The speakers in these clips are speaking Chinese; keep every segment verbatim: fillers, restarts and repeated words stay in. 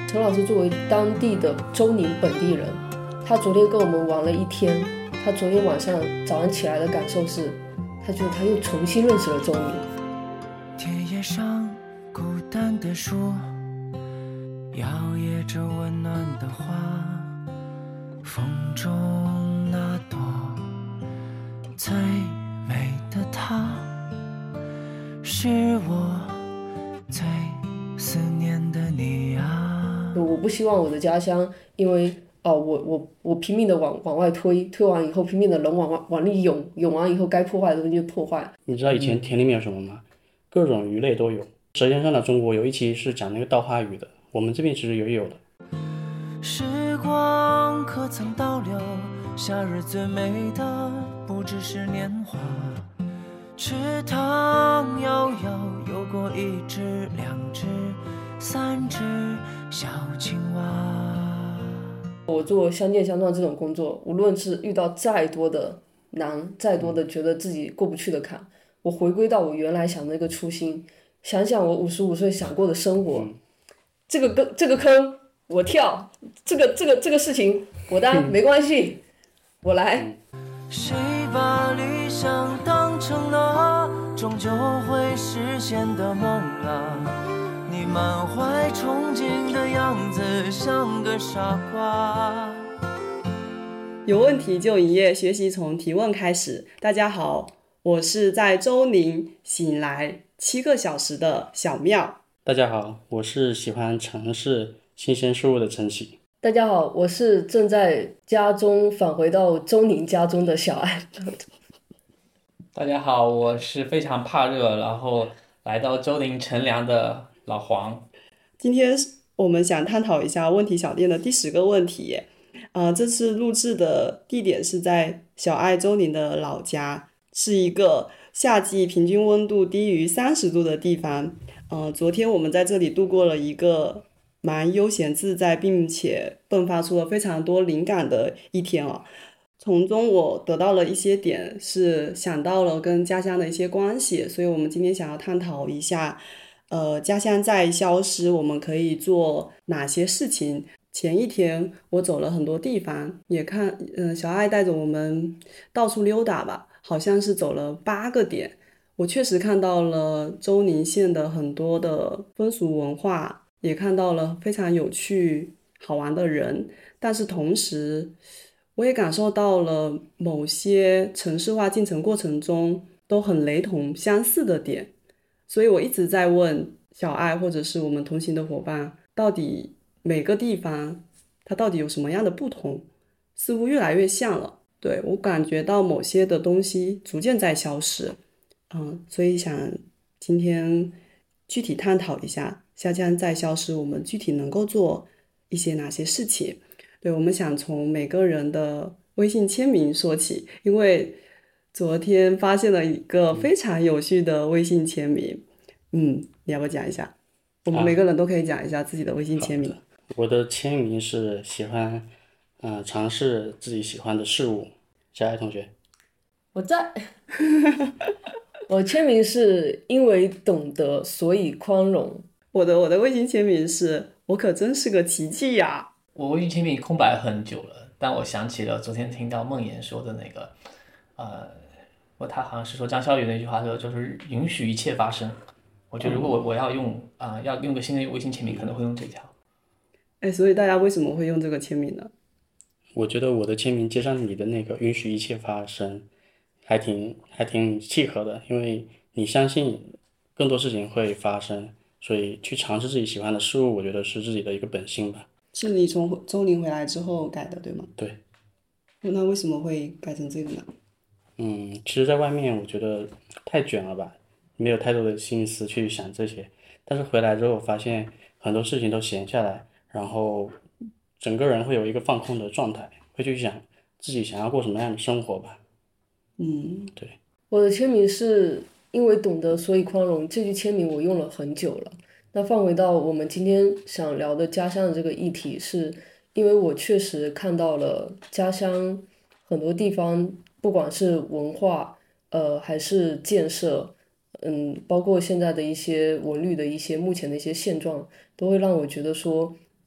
陈老师作为当地的周宁本地人，他昨天跟我们玩了一天，他昨天晚上早上起来的感受是，他觉得他又重新认识了周宁。 铁叶上孤单的树，摇曳着温暖的花，风中那朵最美的她，是我最思念的你啊。 我不希望我的家乡因为哦，我我我拼命的往往外推，推完以后拼命的人往往里涌，涌完以后该破坏的东西就破坏。 你知道以前田里面有什么吗？各种鱼类都有。舌尖上的中国有一期是讲那个稻花鱼的，我们这边其实也有的。 时光可曾倒流，夏日最美的不只是年华，池塘悠悠游过一只两只三只小青蛙。 我做乡见乡壮这种工作，无论是遇到再多的难，再多的觉得自己过不去的坎，我回归到我原来想的那个初心，想想我五十五岁想过的生活，嗯、这个坑这个坑我跳，这个这个这个事情我担、嗯、没关系，我来。 谁把理想当成了终究会实现的梦啊？你满怀憧憬的样子像个傻瓜。 有问题就一页，学习从提问开始。大家好，我是在周宁醒来七个小时的小妙。 大家好，我是喜欢尝试新鲜事物的陈启。 大家好，我是正在家中返回到周宁家中的小安。 大家好，我是非常怕热，然后来到周宁乘凉的老黄。 今天我们想探讨一下问题小店的第十个问题。呃，这次录制的地点是在小爱周宁的老家，是一个夏季平均温度低于三十度的地方。呃，昨天我们在这里度过了一个蛮悠闲自在并且迸发出了非常多灵感的一天啊。从中我得到了一些点，是想到了跟家乡的一些关系，所以我们今天想要探讨一下呃，家乡在消失我们可以做哪些事情。前一天我走了很多地方，也看嗯、呃，小爱带着我们到处溜达吧，好像是走了八个点。我确实看到了周宁县的很多的风俗文化，也看到了非常有趣好玩的人，但是同时我也感受到了某些城市化进程过程中都很雷同相似的点。所以我一直在问小爱或者是我们同行的伙伴，到底每个地方它到底有什么样的不同，似乎越来越像了。对，我感觉到某些的东西逐渐在消失。嗯，所以想今天具体探讨一下家乡在消失我们具体能够做一些哪些事情。对，我们想从每个人的微信签名说起，因为昨天发现了一个非常有趣的微信签名。嗯，你要不要讲一下？我们每个人都可以讲一下自己的微信签名。 啊、我的签名是喜欢呃尝试自己喜欢的事物。小爱同学。 我在我签名是因为懂得所以宽容。 我的我的微信签名是我可真是个奇迹呀。 我微信签名空白很久了，但我想起了昨天听到梦妍说的那个呃我他好像是说张小雨那句话说，就是允许一切发生。我觉得如果我我要用啊、呃、要用个新的微信签名，可能会用这条。 哎，所以大家为什么会用这个签名呢？ 我觉得我的签名接上你的那个允许一切发生，还挺还挺契合的，因为你相信更多事情会发生，所以去尝试自己喜欢的事物，我觉得是自己的一个本性吧。 是你从周宁回来之后改的，对吗？ 对。 那为什么会改成这个呢？ 嗯，其实在外面我觉得太卷了吧，没有太多的心思去想这些，但是回来之后发现很多事情都闲下来，然后整个人会有一个放空的状态，会去想自己想要过什么样的生活吧。 嗯， 对。 我的签名是因为懂得所以宽容，这句签名我用了很久了。那放回到我们今天想聊的家乡的这个议题，是因为我确实看到了家乡很多地方，不管是文化呃还是建设，嗯，包括现在的一些文旅的一些目前的一些现状，都会让我觉得说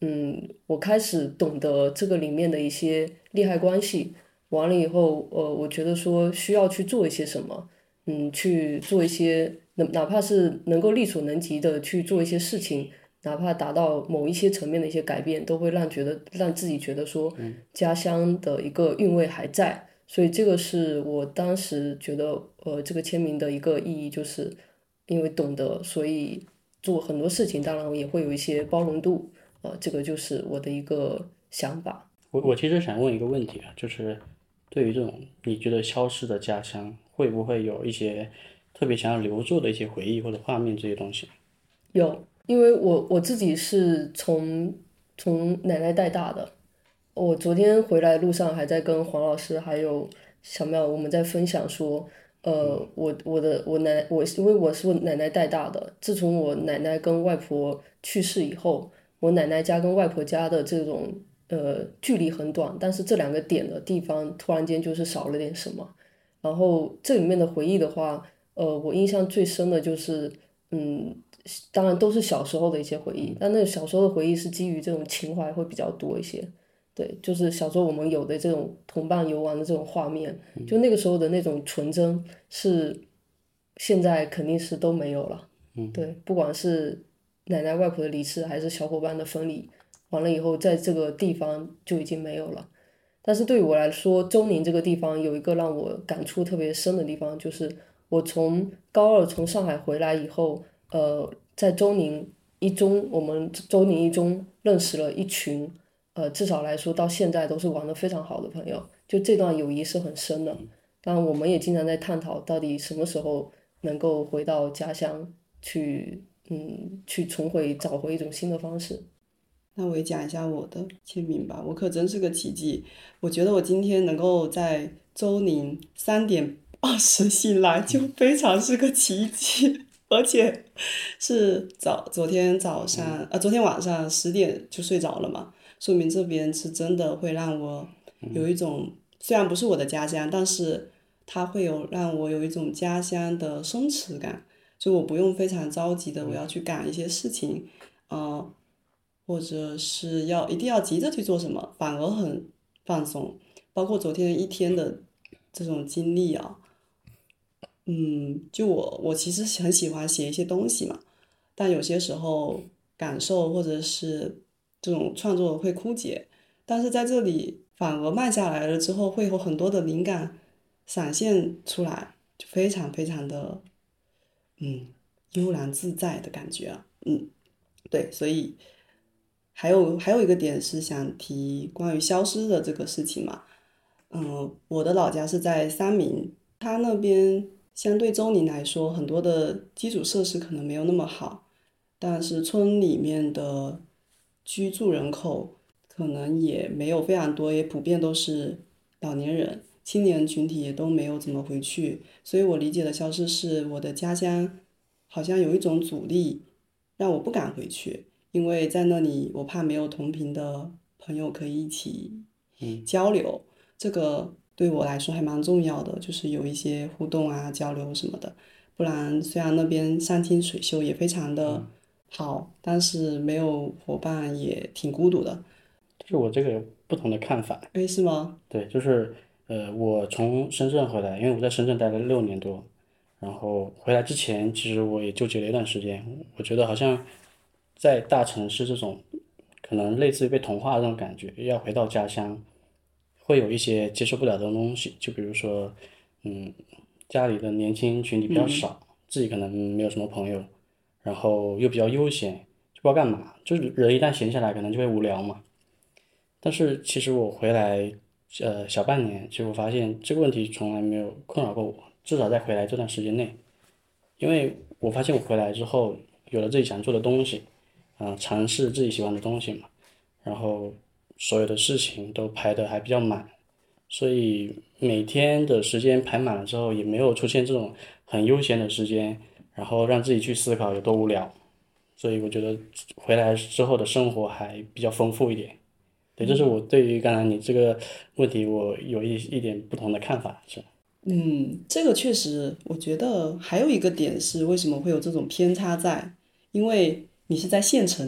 嗯，我开始懂得这个里面的一些利害关系，完了以后，呃，我觉得说需要去做一些什么，嗯，去做一些哪哪怕是能够力所能及的去做一些事情，哪怕达到某一些层面的一些改变，都会让觉得让自己觉得说家乡的一个韵味还在。所以这个是我当时觉得，呃，这个签名的一个意义，就是因为懂得，所以做很多事情，当然也会有一些包容度，呃，这个就是我的一个想法。 我我其实想问一个问题啊，就是对于这种你觉得消失的家乡，会不会有一些特别想要留住的一些回忆或者画面这些东西？ 有，因为我我自己是从从奶奶带大的，我昨天回来路上还在跟黄老师还有小妙我们在分享说，呃，我我的我奶我因为我是我奶奶带大的，自从我奶奶跟外婆去世以后，我奶奶家跟外婆家的这种呃距离很短，但是这两个点的地方突然间就是少了点什么。然后这里面的回忆的话，呃，我印象最深的就是，嗯，当然都是小时候的一些回忆，但那个小时候的回忆是基于这种情怀会比较多一些。对，就是小时候我们有的这种同伴游玩的这种画面，就那个时候的那种纯真，是现在肯定是都没有了。对，不管是奶奶外婆的离世，还是小伙伴的分离，完了以后在这个地方就已经没有了。但是对于我来说，周宁这个地方有一个让我感触特别深的地方，就是我从高二从上海回来以后，呃，在周宁一中，我们周宁一中认识了一群，呃，至少来说到现在都是玩的非常好的朋友，就这段友谊是很深的。当然，我们也经常在探讨到底什么时候能够回到家乡去，嗯，去重回找回一种新的方式。 那我也讲一下我的签名吧，我可真是个奇迹。我觉得我今天能够在周宁三点二十醒来，就非常是个奇迹，而且是早昨天早上呃昨天晚上十点就睡着了嘛，说明这边是真的会让我有一种，虽然不是我的家乡，但是它会有让我有一种家乡的松弛感，就我不用非常着急的我要去赶一些事情，呃。或者是要一定要急着去做什么，反而很放松。包括昨天一天的这种经历啊，嗯，就我我其实很喜欢写一些东西嘛，但有些时候感受或者是这种创作会枯竭，但是在这里反而慢下来了之后，会有很多的灵感闪现出来，就非常非常的嗯悠然自在的感觉啊，嗯，对，所以。还有还有一个点是想提关于消失的这个事情嘛，嗯，我的老家是在三明，它那边相对周宁来说，很多的基础设施可能没有那么好，但是村里面的居住人口可能也没有非常多，也普遍都是老年人，青年群体也都没有怎么回去，所以我理解的消失是我的家乡好像有一种阻力，让我不敢回去。因为在那里，我怕没有同频的朋友可以一起交流，嗯、这个对我来说还蛮重要的，就是有一些互动啊、交流什么的。不然，虽然那边山清水秀也非常的好，嗯、但是没有伙伴也挺孤独的。 就是我这个有不同的看法。 哎，是吗？ 对，就是呃，我从深圳回来，因为我在深圳待了六年多，然后回来之前，其实我也纠结了一段时间，我觉得好像。在大城市这种可能类似于被同化的这种感觉，要回到家乡，会有一些接受不了的东西，就比如说，嗯，家里的年轻群体比较少，嗯、自己可能没有什么朋友，然后又比较悠闲，就不知道干嘛，就是人一旦闲下来，可能就会无聊嘛。但是其实我回来，呃，小半年，其实我发现这个问题从来没有困扰过我，至少在回来这段时间内，因为我发现我回来之后，有了自己想做的东西。嗯，尝试自己喜欢的东西嘛，然后所有的事情都排得还比较满，所以每天的时间排满了之后，也没有出现这种很悠闲的时间，然后让自己去思考有多无聊，所以我觉得回来之后的生活还比较丰富一点。对，这是我对于刚才你这个问题，我有一一点不同的看法是。 嗯，这个确实，我觉得还有一个点是为什么会有这种偏差在，因为。你是在县城里，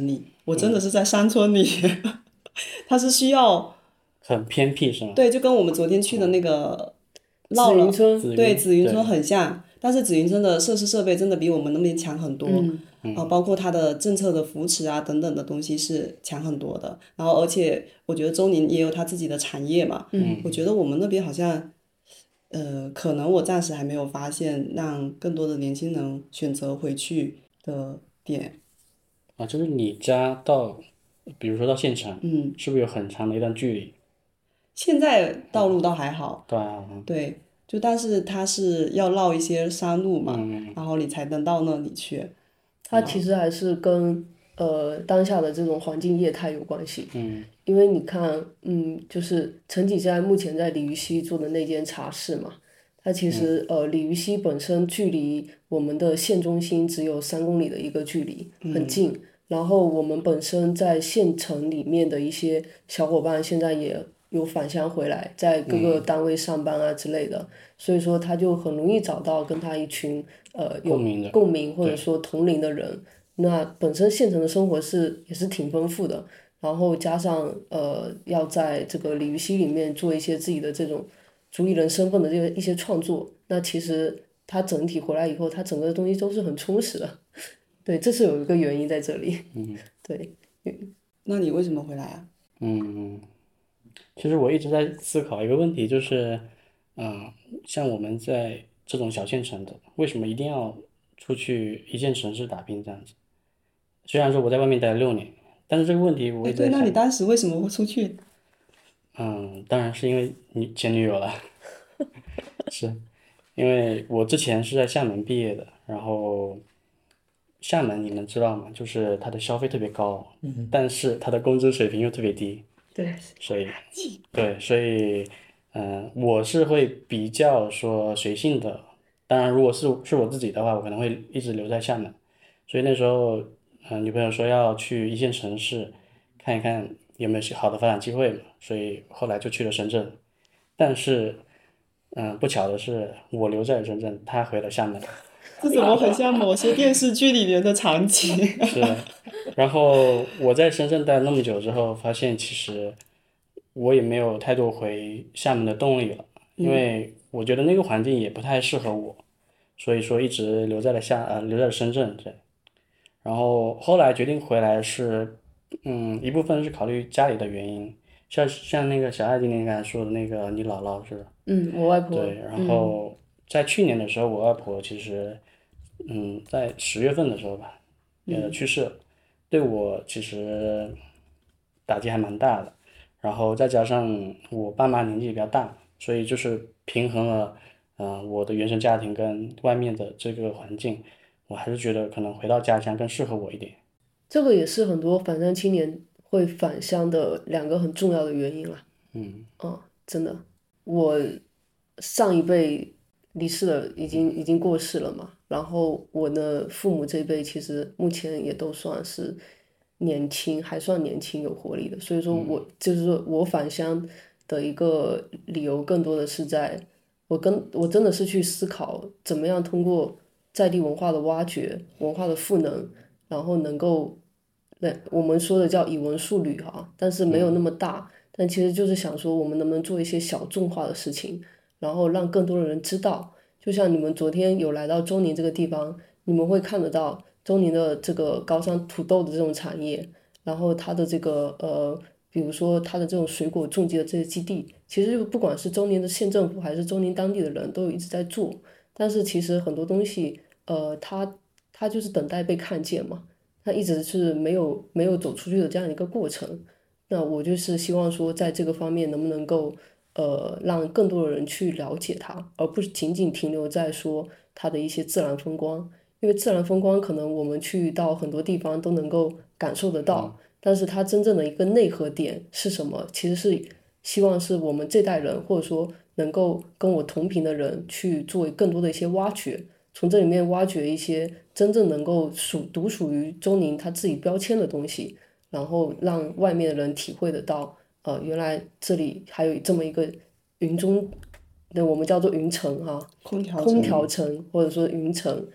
我真的是在山村里，它是需要很偏僻是吗？ 对，就跟我们昨天去的那个紫云村， 紫云对紫云村对很像，但是紫云村的设施设备真的比我们那边强很多， 嗯啊、包括它的政策的扶持啊等等的东西是强很多的。然后而且我觉得周宁也有他自己的产业嘛， 嗯， 我觉得我们那边好像，呃，可能我暂时还没有发现让更多的年轻人选择回去的点。 啊，就是你家到，比如说到县城， 嗯， 是不是有很长的一段距离？ 现在道路倒还好， 对啊， 对，就但是它是要绕一些山路嘛， 嗯然后你才能到那里去。 它其实还是跟呃当下的这种环境业态有关系。 嗯因为你看，嗯，就是陈启在目前在鲤鱼溪做的那间茶室嘛，它其实、呃鲤鱼溪本身距离我们的县中心只有三公里的一个距离，很近。然后我们本身在县城里面的一些小伙伴现在也有返乡回来，在各个单位上班啊之类的，所以说他就很容易找到跟他一群呃有共鸣的共鸣或者说同龄的人。那本身县城的生活是也是挺丰富的。然后加上呃，要在这个鲤鱼溪里面做一些自己的这种主理人身份的这个一些创作，那其实它整体回来以后，它整个的东西都是很充实的。对，这是有一个原因在这里。 嗯， 对。 那你为什么回来啊？ 嗯，其实我一直在思考一个问题，就是，嗯、像我们在这种小县城的，为什么一定要出去一线城市打拼这样子？虽然说我在外面待了六年，但是这个问题我哎，对， 一直在想。 那你当时为什么会出去？ 嗯，当然是因为女前女友了，是因为我之前是在厦门毕业的，然后厦门你们知道吗？就是它的消费特别高，但是它的工资水平又特别低， 对， 所以对，所以嗯、我是会比较说随性的。当然，如果是是我自己的话，我可能会一直留在厦门。所以那时候，嗯、女朋友说要去一线城市看一看有没有些好的发展机会嘛，所以后来就去了深圳。但是，嗯、不巧的是，我留在了深圳，她回了厦门。 这怎么很像某些电视剧里面的场景？ 是，然后我在深圳待了那么久之后，发现其实我也没有太多回厦门的动力了，因为我觉得那个环境也不太适合我，所以说一直留在了厦呃留在了深圳这。然后后来决定回来是，嗯，一部分是考虑家里的原因，像像那个小爱今天刚才说的那个你姥姥是吧？ 嗯，我外婆。 对，然后在去年的时候，我外婆其实，嗯，在十月份的时候吧，呃，去世了，对我其实打击还蛮大的。然后再加上我爸妈年纪也比较大，所以就是平衡了，嗯、我的原生家庭跟外面的这个环境，我还是觉得可能回到家乡更适合我一点。 这个也是很多返乡青年会返乡的两个很重要的原因啦。 嗯嗯，真的，我上一辈离世了，已经已经过世了嘛。然后我的父母这一辈其实目前也都算是年轻，还算年轻有活力的。所以说我就是说我返乡的一个理由，更多的是在我跟我真的是去思考，怎么样通过在地文化的挖掘、文化的赋能，然后能够，那我们说的叫以文树旅哈，但是没有那么大。但其实就是想说，我们能不能做一些小众化的事情，然后让更多的人知道。就像你们昨天有来到周宁这个地方，你们会看得到周宁的这个高山土豆的这种产业，然后它的这个呃，比如说它的这种水果种植的这些基地，其实就不管是周宁的县政府还是周宁当地的人都有一直在做。但是其实很多东西，呃，它它就是等待被看见嘛，它一直是没有没有走出去的这样一个过程。那我就是希望说，在这个方面能不能够呃让更多的人去了解它，而不是仅仅停留在说它的一些自然风光。因为自然风光可能我们去到很多地方都能够感受得到，但是它真正的一个内核点是什么？其实是希望是我们这代人，或者说能够跟我同频的人去做更多的一些挖掘，从这里面挖掘一些真正能够属独属于周宁他自己标签的东西。然后让外面的人体会得到，呃，原来这里还有这么一个云中，那我们叫做云城哈、 空调空调城或者说云城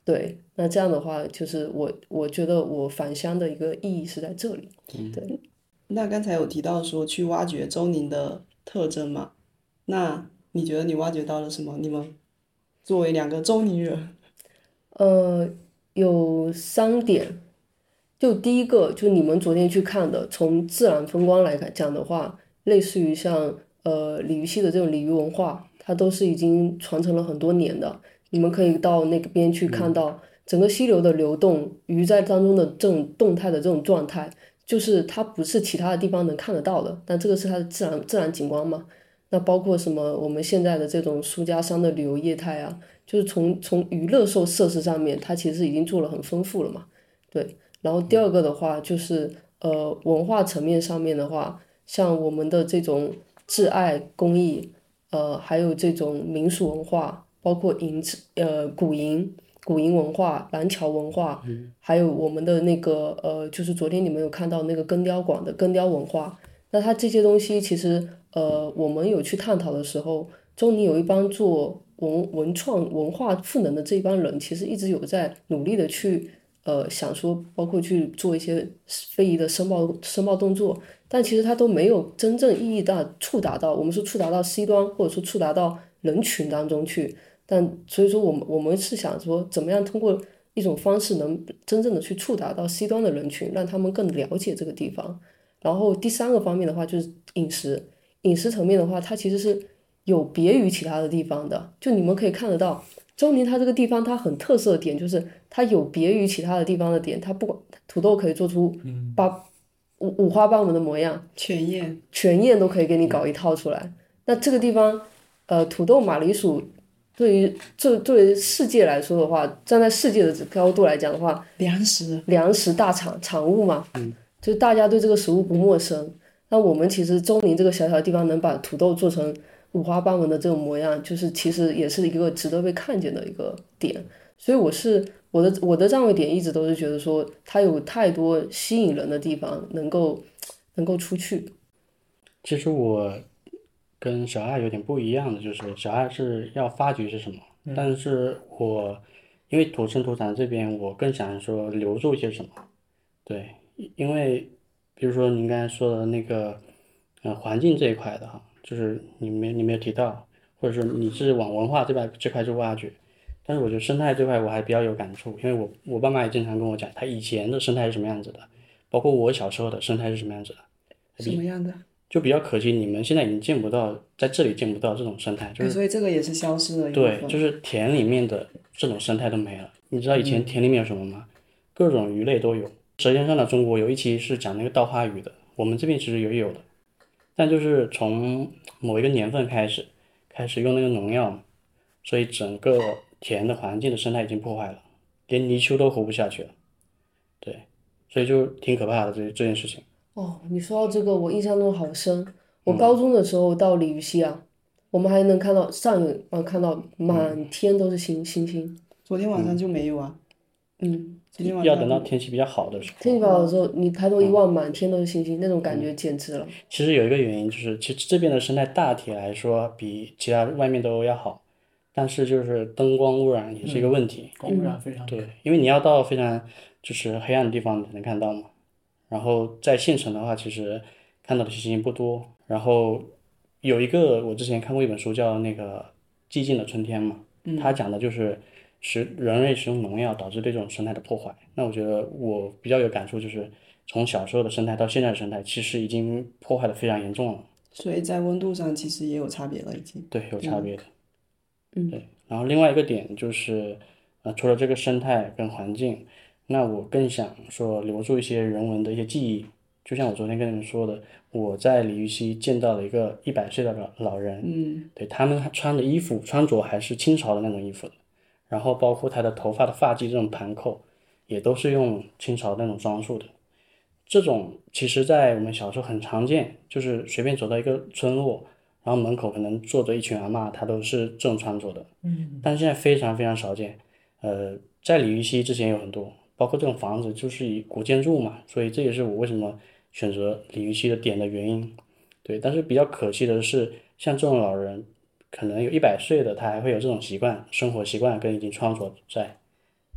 对，那这样的话，就是我我觉得我返乡的一个意义是在这里。对， 那刚才有提到说去挖掘周宁的特征嘛？那你觉得你挖掘到了什么？你们作为两个周宁人， 呃，有三点。就第一个，就你们昨天去看的，从自然风光来看讲的话，类似于像呃鲤鱼溪的这种鲤鱼文化，它都是已经传承了很多年的。你们可以到那个边去看到整个溪流的流动，鱼在当中的这种动态的这种状态，就是它不是其他的地方能看得到的，但这个是它的自然自然景观嘛。那包括什么我们现在的这种苏家山的旅游业态啊，就是从从娱乐设设施上面，它其实已经做了很丰富了嘛。对。然后第二个的话就是呃文化层面上面的话，像我们的这种挚爱工艺，呃还有这种民俗文化，包括银呃古银古银文化、蓝桥文化，还有我们的那个呃就是昨天你们有看到那个根雕馆的根雕文化，那它这些东西其实呃我们有去探讨的时候，中宁有一帮做文文创文化赋能的这一帮人，其实一直有在努力的去。呃，想说包括去做一些非遗的申报申报动作，但其实它都没有真正意义的触达到，我们说触达到 C 端，或者说触达到人群当中去。但所以说我们我们是想说，怎么样通过一种方式能真正的去触达到 C 端的人群，让他们更了解这个地方。然后第三个方面的话就是饮食，饮食层面的话，它其实是有别于其他的地方的，就你们可以看得到。周宁它这个地方它很特色的点就是它有别于其他的地方的点，它不管土豆可以做出八五五花八门的模样， 全燕全燕都可以给你搞一套出来。那这个地方，呃，土豆马铃薯对于这对于世界来说的话，站在世界的高度来讲的话， 粮食粮食大产产物嘛，嗯，就是大家对这个食物不陌生。那我们其实周宁这个小小的地方能把土豆做成五花八门的这种模样，就是其实也是一个值得被看见的一个点。所以我是我的我的站位点一直都是觉得说，它有太多吸引人的地方，能够能够出去。 其实我跟小爱有点不一样的，就是小爱是要发掘是什么，但是我因为土生土长这边，我更想说留住一些什么。对，因为比如说您刚才说的那个呃环境这一块的哈。就是你没你没有提到，或者说你是往文化这块这块去挖掘，但是我觉得生态这块我还比较有感触，因为我我爸妈也经常跟我讲，他以前的生态是什么样子的，包括我小时候的生态是什么样子的， 什么样的？ 就比较可惜，你们现在已经见不到，在这里见不到这种生态，就是所以这个也是消失了一部分。 对，就是田里面的这种生态都没了。你知道以前田里面有什么吗？各种鱼类都有。舌尖上的中国有一期是讲那个稻花鱼的，我们这边其实也有的。但就是从某一个年份开始，开始用那个农药，所以整个田的环境的生态已经破坏了，连泥鳅都活不下去了。对，所以就挺可怕的这这件事情。 哦，你说到这个，我印象中好深。我高中的时候到鲤鱼溪啊，我们还能看到上游啊，看到满天都是星星星。 昨天晚上就没有啊。 嗯。 昨天晚要等到天气比较好的时候。 天气比较好的时候，你抬头一望，满天都是星星，那种感觉简直了。 其实有一个原因就是，其实这边的生态大体来说比其他外面都要好，但是就是灯光污染也是一个问题。 光污染非常对，因为你要到非常就是黑暗的地方才能看到嘛。然后在县城的话，其实看到的星星不多。然后有一个我之前看过一本书叫那个《寂静的春天》嘛，它讲的就是使人类使用农药导致对这种生态的破坏。那我觉得我比较有感触，就是从小时候的生态到现在的生态，其实已经破坏的非常严重了。 所以在温度上其实也有差别了，已经。 对，有差别的。 嗯。 对，然后另外一个点就是，呃，除了这个生态跟环境，那我更想说留住一些人文的一些记忆。就像我昨天跟你们说的，我在鲤鱼溪见到了一个一百岁的老老人， 嗯， 对，他们穿的衣服穿着还是清朝的那种衣服的，然后包括他的头发的发髻这种盘扣，也都是用清朝那种装束的。这种其实在我们小时候很常见，就是随便走到一个村落，然后门口可能坐着一群阿嬷，她都是这种穿着的。嗯，但是现在非常非常少见。呃，在鲤鱼溪之前有很多，包括这种房子就是以古建筑嘛，所以这也是我为什么选择鲤鱼溪的点的原因。对，但是比较可惜的是，像这种老人，可能有一百岁的，他还会有这种习惯，生活习惯跟已经穿着在。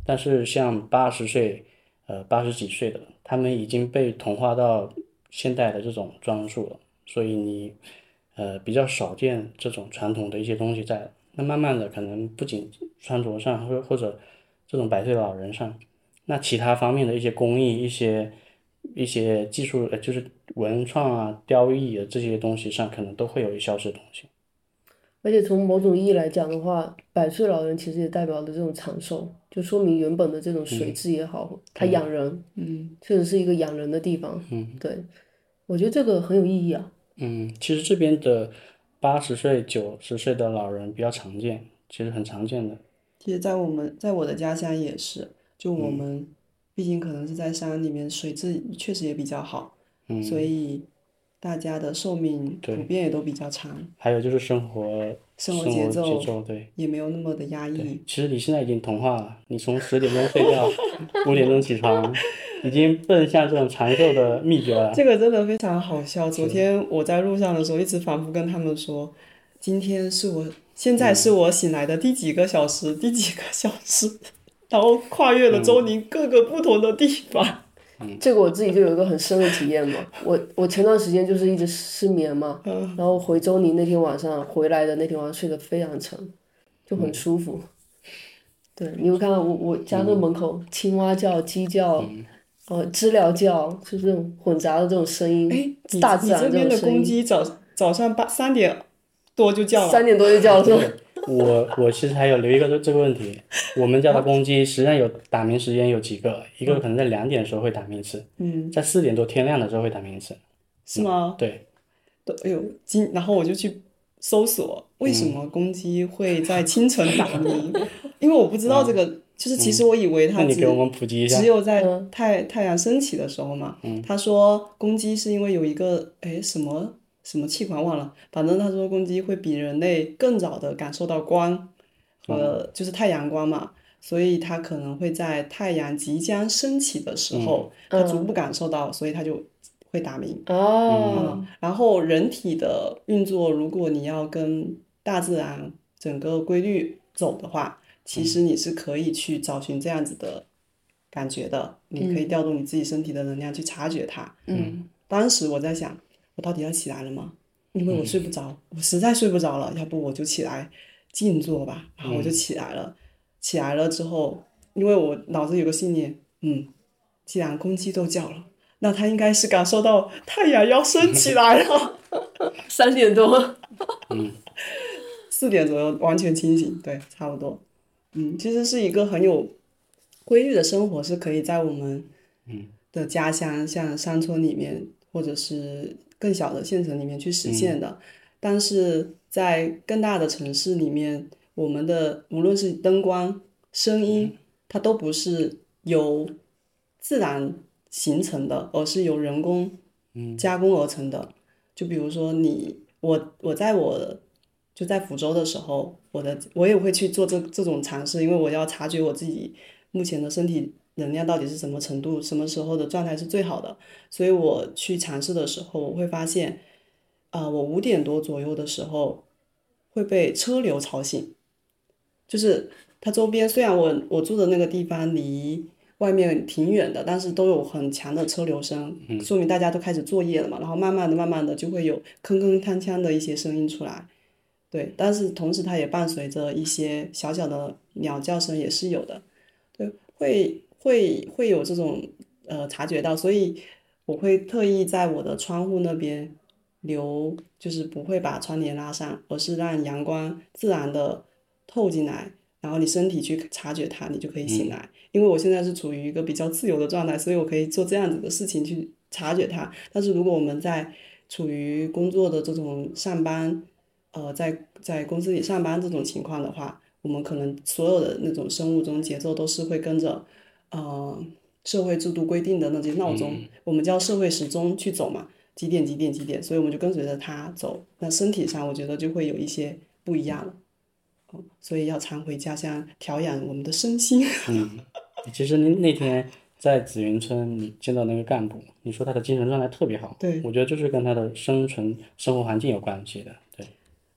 但是像八十岁，呃八十几岁的，他们已经被同化到现代的这种装束了，所以你呃比较少见这种传统的一些东西在了。那慢慢的，可能不仅穿着上，或或者这种百岁老人上，那其他方面的一些工艺、一些一些技术，呃就是文创啊、雕艺啊这些东西上，可能都会有消失的东西。 而且从某种意义来讲的话，百岁老人其实也代表了这种长寿，就说明原本的这种水质也好，它养人，嗯，确实是一个养人的地方，嗯，对，我觉得这个很有意义啊。 嗯，其实这边的八十岁、九十岁的老人比较常见，其实很常见的。 其实，在我们在我的家乡也是，就我们毕竟可能是在山里面，水质确实也比较好， 嗯， 所以大家的寿命普遍也都比较长， 还有就是生活生活节节奏奏对也没有那么的压抑。 其实你现在已经同化了，你从十点钟睡觉，五点钟起床，已经奔向这种长寿的秘诀了。 这个真的非常好笑。昨天我在路上的时候，一直反复跟他们说，今天是我现在是我醒来的第几个小时，第几个小时，然后跨越了周宁各个不同的地方。 这个我自己就有一个很深的体验嘛，我我前段时间就是一直失眠嘛，然后回周宁那天晚上回来的那天晚上睡得非常沉，就很舒服。对，你会看到我我家那门口青蛙叫、鸡叫，呃，知了叫，就是这种混杂的这种声音， 哎， 大自然这边的声音。 公鸡早早上八三点多就叫了， 三点多就叫了是吧？ 我我其实还有留一个这这个问题，我们家的公鸡实际上有打鸣时间有几个，一个可能在两点的时候会打鸣一次，嗯，在四点多天亮的时候会打鸣一次， 是吗？ 嗯、对， 都哎呦，今然后我就去搜索为什么公鸡会在清晨打鸣，嗯、因为我不知道这个，嗯、就是其实我以为它只、 嗯、那你给我们普及一下， 只有在太太阳升起的时候嘛。嗯、他说公鸡是因为有一个哎什么。什么器官忘了，反正他说公鸡会比人类更早的感受到光和就是太阳光嘛，所以它可能会在太阳即将升起的时候，它逐步感受到，所以它就会打鸣。 哦、 嗯，然后人体的运作，如果你要跟大自然整个规律走的话，其实你是可以去找寻这样子的感觉的，你可以调动你自己身体的能量去察觉它。嗯，当时我在想。我到底要起来了吗？因为我睡不着，嗯、我实在睡不着了，要不我就起来静坐吧。然后我就起来了，嗯、起来了之后，因为我脑子有个信念，嗯，既然公鸡都叫了，那它应该是感受到太阳要升起来了。 三点多， 嗯，四点左右完全清醒，对，差不多。嗯，其实是一个很有规律的生活，是可以在我们的家乡，像山村里面，或者是更小的县城里面去实现的，嗯、但是在更大的城市里面，我们的无论是灯光、声音，它都不是由自然形成的，而是由人工加工而成的。就比如说你，我我在我就在福州的时候，我的我也会去做这这种尝试，因为我要察觉我自己目前的身体能量到底是什么程度，什么时候的状态是最好的，所以我去尝试的时候，我会发现，啊、呃，我五点多左右的时候会被车流吵醒，就是它周边虽然我我住的那个地方离外面挺远的，但是都有很强的车流声，嗯、说明大家都开始作业了嘛，然后慢慢的、慢慢的就会有铿铿锵锵的一些声音出来，对，但是同时它也伴随着一些小小的鸟叫声也是有的，对，会。会会有这种呃察觉到，所以我会特意在我的窗户那边留，就是不会把窗帘拉上，而是让阳光自然的透进来，然后你身体去察觉它，你就可以醒来。嗯、因为我现在是处于一个比较自由的状态，所以我可以做这样子的事情去察觉它。但是如果我们在处于工作的这种上班，呃，在在公司里上班这种情况的话，我们可能所有的那种生物钟节奏都是会跟着。呃，社会制度规定的那些闹钟，嗯、我们叫社会时钟去走嘛，几点几点几点，所以我们就跟随着它走。那身体上我觉得就会有一些不一样了，嗯、所以要常回家乡调养我们的身心。 嗯，其实您那天在紫云村你见到那个干部，你说他的精神状态特别好， 对， 我觉得就是跟他的生存生活环境有关系的，对。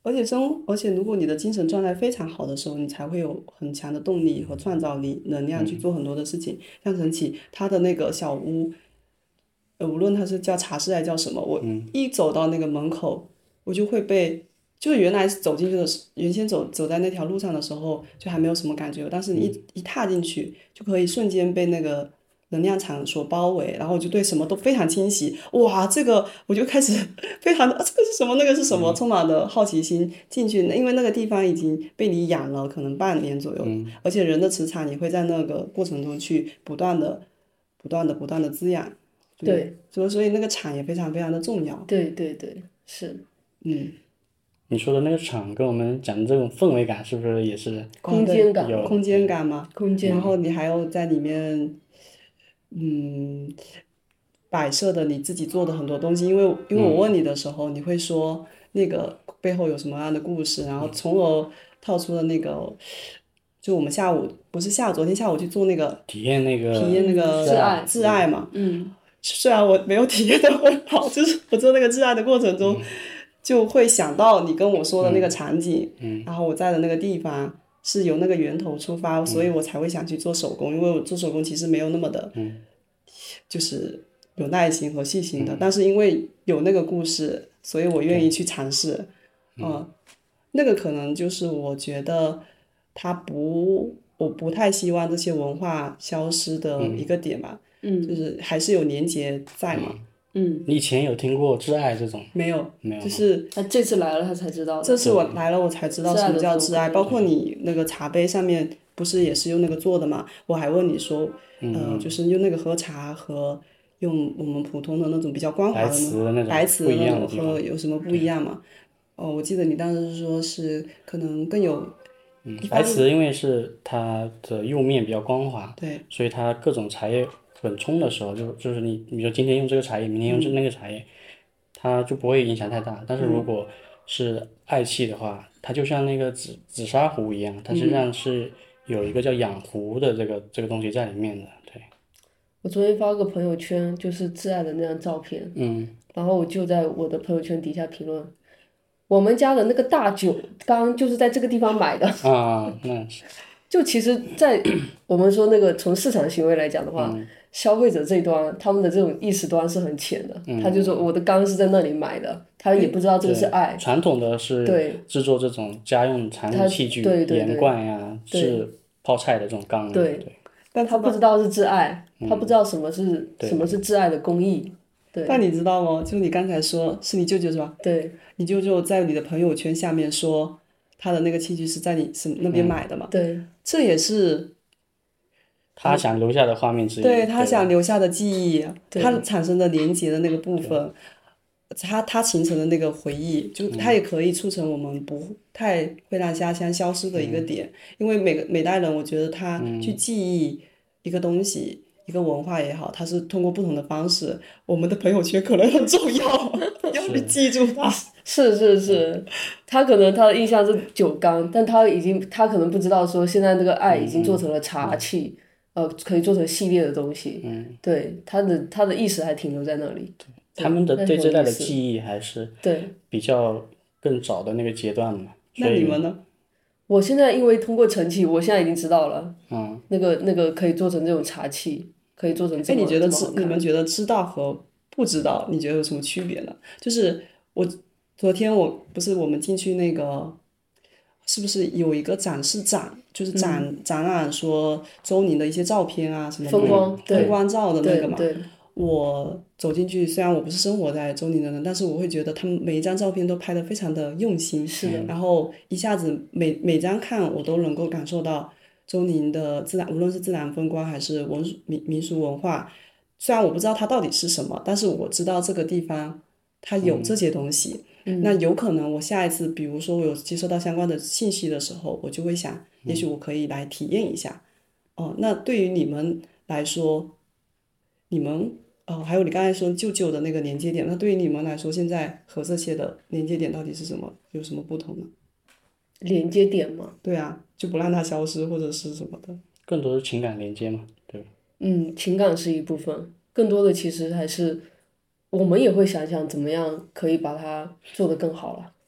而且生，而且如果你的精神状态非常好的时候，你才会有很强的动力和创造力、能量去做很多的事情。像陈启他的那个小屋，呃，无论他是叫茶室还是叫什么，我一走到那个门口，我就会被，就是原来走进去的时，原先走走在那条路上的时候就还没有什么感觉，但是你一、一踏进去，就可以瞬间被那个能量场所包围，然后我就对什么都非常清晰。哇，这个我就开始非常的、啊、这个是什么，那个是什么，充满了好奇心进去，因为那个地方已经被你养了可能半年左右，而且人的磁场也会在那个过程中去不断的、不断的、不断的滋养。 对， 所以所以那个场也非常非常的重要。 对对对，是。 嗯， 你说的那个场跟我们讲的这种氛围感是不是也是空间感？ 有空间感嘛， 空间。 然后你还要在里面，嗯，摆设的你自己做的很多东西，因为因为我问你的时候，你会说那个背后有什么样的故事，然后从而套出了那个，就我们下午不是下午，昨天下午去做那个体验那个体验那个挚爱挚爱嘛， 嗯， 虽然我没有体验的很好，就是我做那个挚爱的过程中，就会想到你跟我说的那个场景， 嗯然后我在的那个地方是由那个源头出发，所以我才会想去做手工，因为我做手工其实没有那么的， 嗯就是有耐心和细心的，但是因为有那个故事，所以我愿意去尝试，嗯，那个可能就是我觉得它不，我不太希望这些文化消失的一个点吧， 嗯， 就是还是有连结在嘛。 嗯， 你以前有听过挚爱这种？ 没有， 没有， 就是他这次来了，他才知道的。 这次我来了，我才知道什么叫挚爱。包括你那个茶杯上面不是也是用那个做的嘛？我还问你说，呃，就是用那个喝茶和用我们普通的那种比较光滑的白瓷的那种白瓷的不一那种样的地方喝有什么不一样嘛？哦，我记得你当时是说是可能更有， 嗯，白瓷因为是它的釉面比较光滑， 对， 所以它各种茶叶混冲的时候，就就是你，比如说今天用这个茶叶，明天用这那个茶叶，它就不会影响太大。但是如果是爱气的话，它就像那个紫紫砂壶一样，它实际上是有一个叫养壶的这个这个东西在里面的。对， 我昨天发个朋友圈，就是挚爱的那张照片， 嗯， 然后我就在我的朋友圈底下评论，我们家的那个大酒缸就是在这个地方买的。 啊，那是， 就其实，在我们说那个从市场行为来讲的话，消费者这一端他们的这种意识端是很浅的，他就说我的缸是在那里买的，他也不知道这个是爱。 传统的是对制作这种家用常用器具， 对对对盐罐呀，是泡菜的这种缸啊， 对对， 但他不知道是挚爱，他不知道什么是什么是挚爱的工艺。对， 但你知道吗？就你刚才说是你舅舅是吧？ 对， 你舅舅在你的朋友圈下面说他的那个器具是在你什那边买的嘛？ 对， 这也是他想留下的画面之一， 对他想留下的记忆， 对他产生的连接的那个部分，他他形成的那个回忆，就他也可以促成我们不太会让家乡消失的一个点。因为每个每代人，我觉得他去记忆一个东西。一个文化也好，它是通过不同的方式。我们的朋友圈可能很重要，要去记住它。 是是是，他可能他的印象是酒缸，但他已经他可能不知道说现在这个爱已经做成了茶器，呃，可以做成系列的东西。嗯，对，他的他的意识还停留在那里。 他们的对这代的忆记忆还是对比较更早的那个阶段嘛。 那你们呢？ 我现在因为通过陈启，我现在已经知道了， 嗯， 那个那个可以做成这种茶器。可以做成这么。 哎，你觉得知这么好看你们觉得知道和不知道，你觉得有什么区别呢？就是我昨天我不是我们进去那个，是不是有一个展示展，就是展、展览说周宁的一些照片啊什么的风光对风光照的那个嘛。 对对我走进去，虽然我不是生活在周宁的人，但是我会觉得他们每一张照片都拍得非常的用心。 是的。 然后一下子每每张看我都能够感受到。周宁的自然，无论是自然风光还是文民民俗文化，虽然我不知道它到底是什么，但是我知道这个地方它有这些东西。嗯、那有可能我下一次，比如说我有接收到相关的信息的时候，我就会想，也许我可以来体验一下。哦、呃，那对于你们来说，你们呃，还有你刚才说舅舅的那个连接点，那对于你们来说，现在和这些的连接点到底是什么？有什么不同呢？ 连接点嘛， 对啊，就不让它消失或者是什么的， 更多的情感连接嘛，对吧？ 嗯，情感是一部分，更多的其实还是我们也会想想怎么样可以把它做得更好了。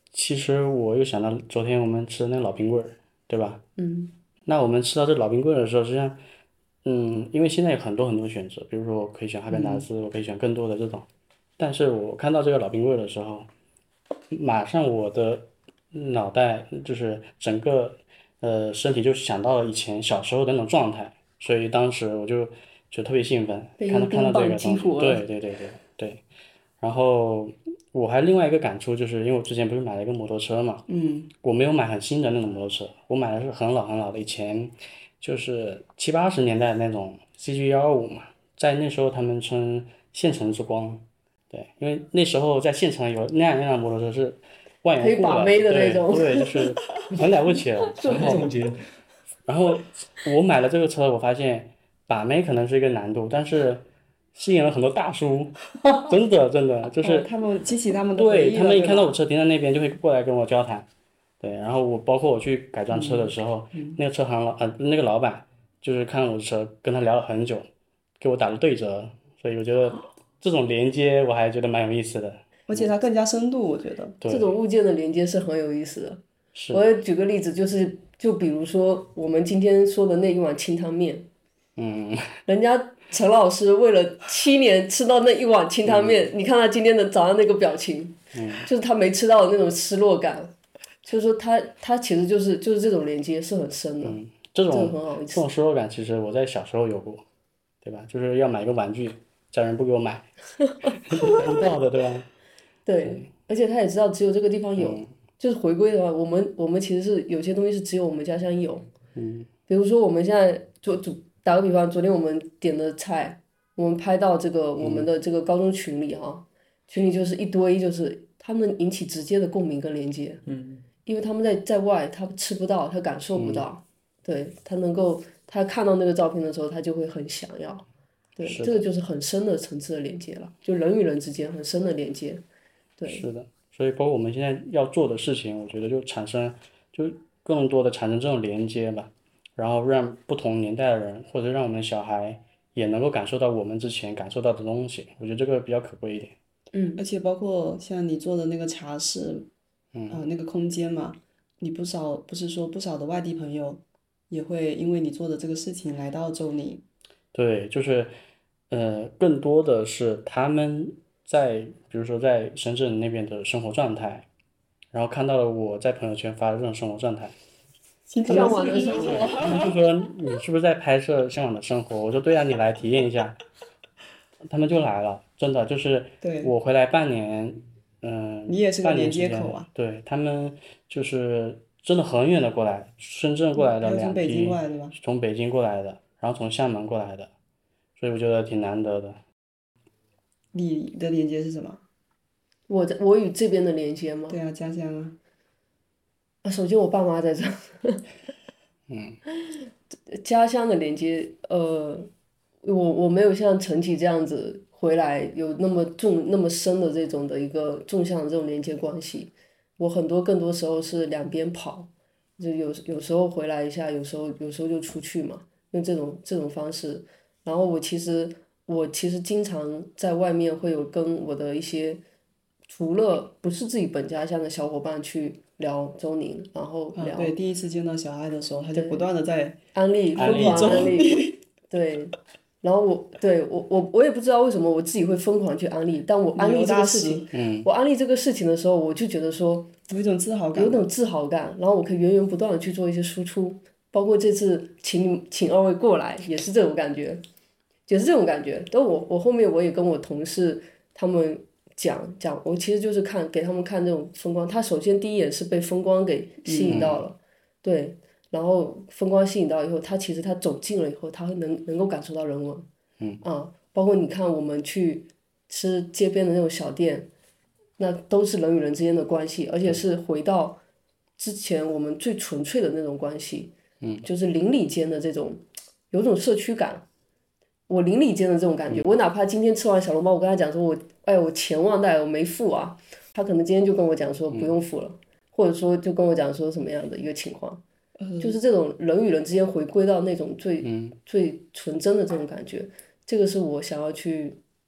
其实我又想到昨天我们吃的那个老冰棍儿，对吧？ 嗯那我们吃到这老冰棍儿的时候，实际上，嗯，因为现在有很多很多选择，比如说我可以选哈根达斯，我可以选更多的这种，但是我看到这个老冰棍儿的时候，马上我的脑袋就是整个呃身体就想到了以前小时候的那种状态，所以当时我就就特别兴奋， 被一个看到看到冰棒激这个东西， 活了。 对对对对对。然后我还另外一个感触就是，因为我之前不是买了一个摩托车嘛， 嗯我没有买很新的那种摩托车，我买的是很老很老的，以前就是七八十年代那种 C G 幺二五嘛，在那时候他们称县城之光，对，因为那时候在县城有那样那样摩托车是万可以把元户了， 妹的那种对对，就是很了不起了。 这么总结， 然后我买了这个车，我发现把妹可能是一个难度，但是吸引了很多大叔，真的真的就是哦他们激起他们的回忆了对他们一看到吧我车停在那边，就会过来跟我交谈。对，然后我包括我去改装车的时候，那个车行老呃那个老板就是看我的车，跟他聊了很久，给我打了对折，所以我觉得这种连接我还觉得蛮有意思的。 而且它更加深度，我觉得。 对， 这种物件的连接是很有意思的。 是我也举个例子，就是就比如说我们今天说的那一碗清汤面， 嗯， 人家陈老师为了七年吃到那一碗清汤面，你看他今天的早上那个表情，就是他没吃到的那种失落感，就是说他他其实就是就是这种连接是很深的， 这这种个很好意思。 这种失落感，其实我在小时候有过，对吧？就是要买一个玩具，家人不给我买，不到的，对吧？ 对，而且他也知道只有这个地方有，就是回归的话，我们我们其实是有些东西是只有我们家乡有，嗯，比如说我们现在就就打个比方，昨天我们点的菜，我们拍到这个我们的这个高中群里哈、群里就是一堆，就是他们引起直接的共鸣跟连接，嗯，因为他们在在外他吃不到，他感受不到，对他能够他看到那个照片的时候，他就会很想要。对，这个就是很深的层次的连接了，就人与人之间很深的连接。对， 是的，所以包括我们现在要做的事情，我觉得就产生就更多的产生这种连接吧，然后让不同年代的人或者让我们的小孩也能够感受到我们之前感受到的东西，我觉得这个比较可贵一点。 嗯， 而且包括像你做的那个茶室，嗯、呃，那个空间嘛，你不少不是说不少的外地朋友也会因为你做的这个事情来到周宁。 对，就是呃，更多的是他们在比如说在深圳那边的生活状态，然后看到了我在朋友圈发的这种生活状态。 向往的生活。 他们就说你是不是在拍摄《向往的生活》？我说对啊，你来体验一下。他们就来了，真的就是对我回来半年，嗯、 你也是个连半年时间接口啊。 对他们就是真的很远的过来，深圳过来的两还有从北京批， 过来对吧？ 从北京过来的，然后从厦门过来的，所以我觉得挺难得的。 你的连接是什么？ 我在我与这边的连接吗？ 对啊，家乡啊。 啊，首先我爸妈在这。嗯。家乡的连接，呃，我我没有像陈琦这样子回来有那么重那么深的这种的一个纵向的这种连接关系。我很多更多时候是两边跑，就有有时候回来一下，有时候有时候就出去嘛，用这种这种方式。然后我其实我其实经常在外面会有跟我的一些除了不是自己本家乡的小伙伴去聊周宁，然后聊、 啊，对，第一次见到小爱的时候，他就不断的在安利安利疯狂中安利，对。然后我对我我我也不知道为什么我自己会疯狂去安利，但我安利这个事情， 嗯， 我安利这个事情的时候，我就觉得说有一种自豪感， 有种自豪感，然后我可以源源不断的去做一些输出，包括这次请你请二位过来也是这种感觉，也是这种感觉。但我我后面我也跟我同事他们讲讲，我其实就是看给他们看这种风光，他首先第一眼是被风光给吸引到了，对。然后风光吸引到以后，他其实他走近了以后，他会能能够感受到人文，嗯啊，包括你看我们去吃街边的那种小店，那都是人与人之间的关系，而且是回到之前我们最纯粹的那种关系，嗯，就是邻里间的这种有种社区感，我邻里间的这种感觉，我哪怕今天吃完小笼包，我跟他讲说我哎我钱忘带我没付啊，他可能今天就跟我讲说不用付了，或者说就跟我讲说什么样的一个情况。就是这种人与人之间回归到那种最、最纯真的这种感觉，这个是我想要去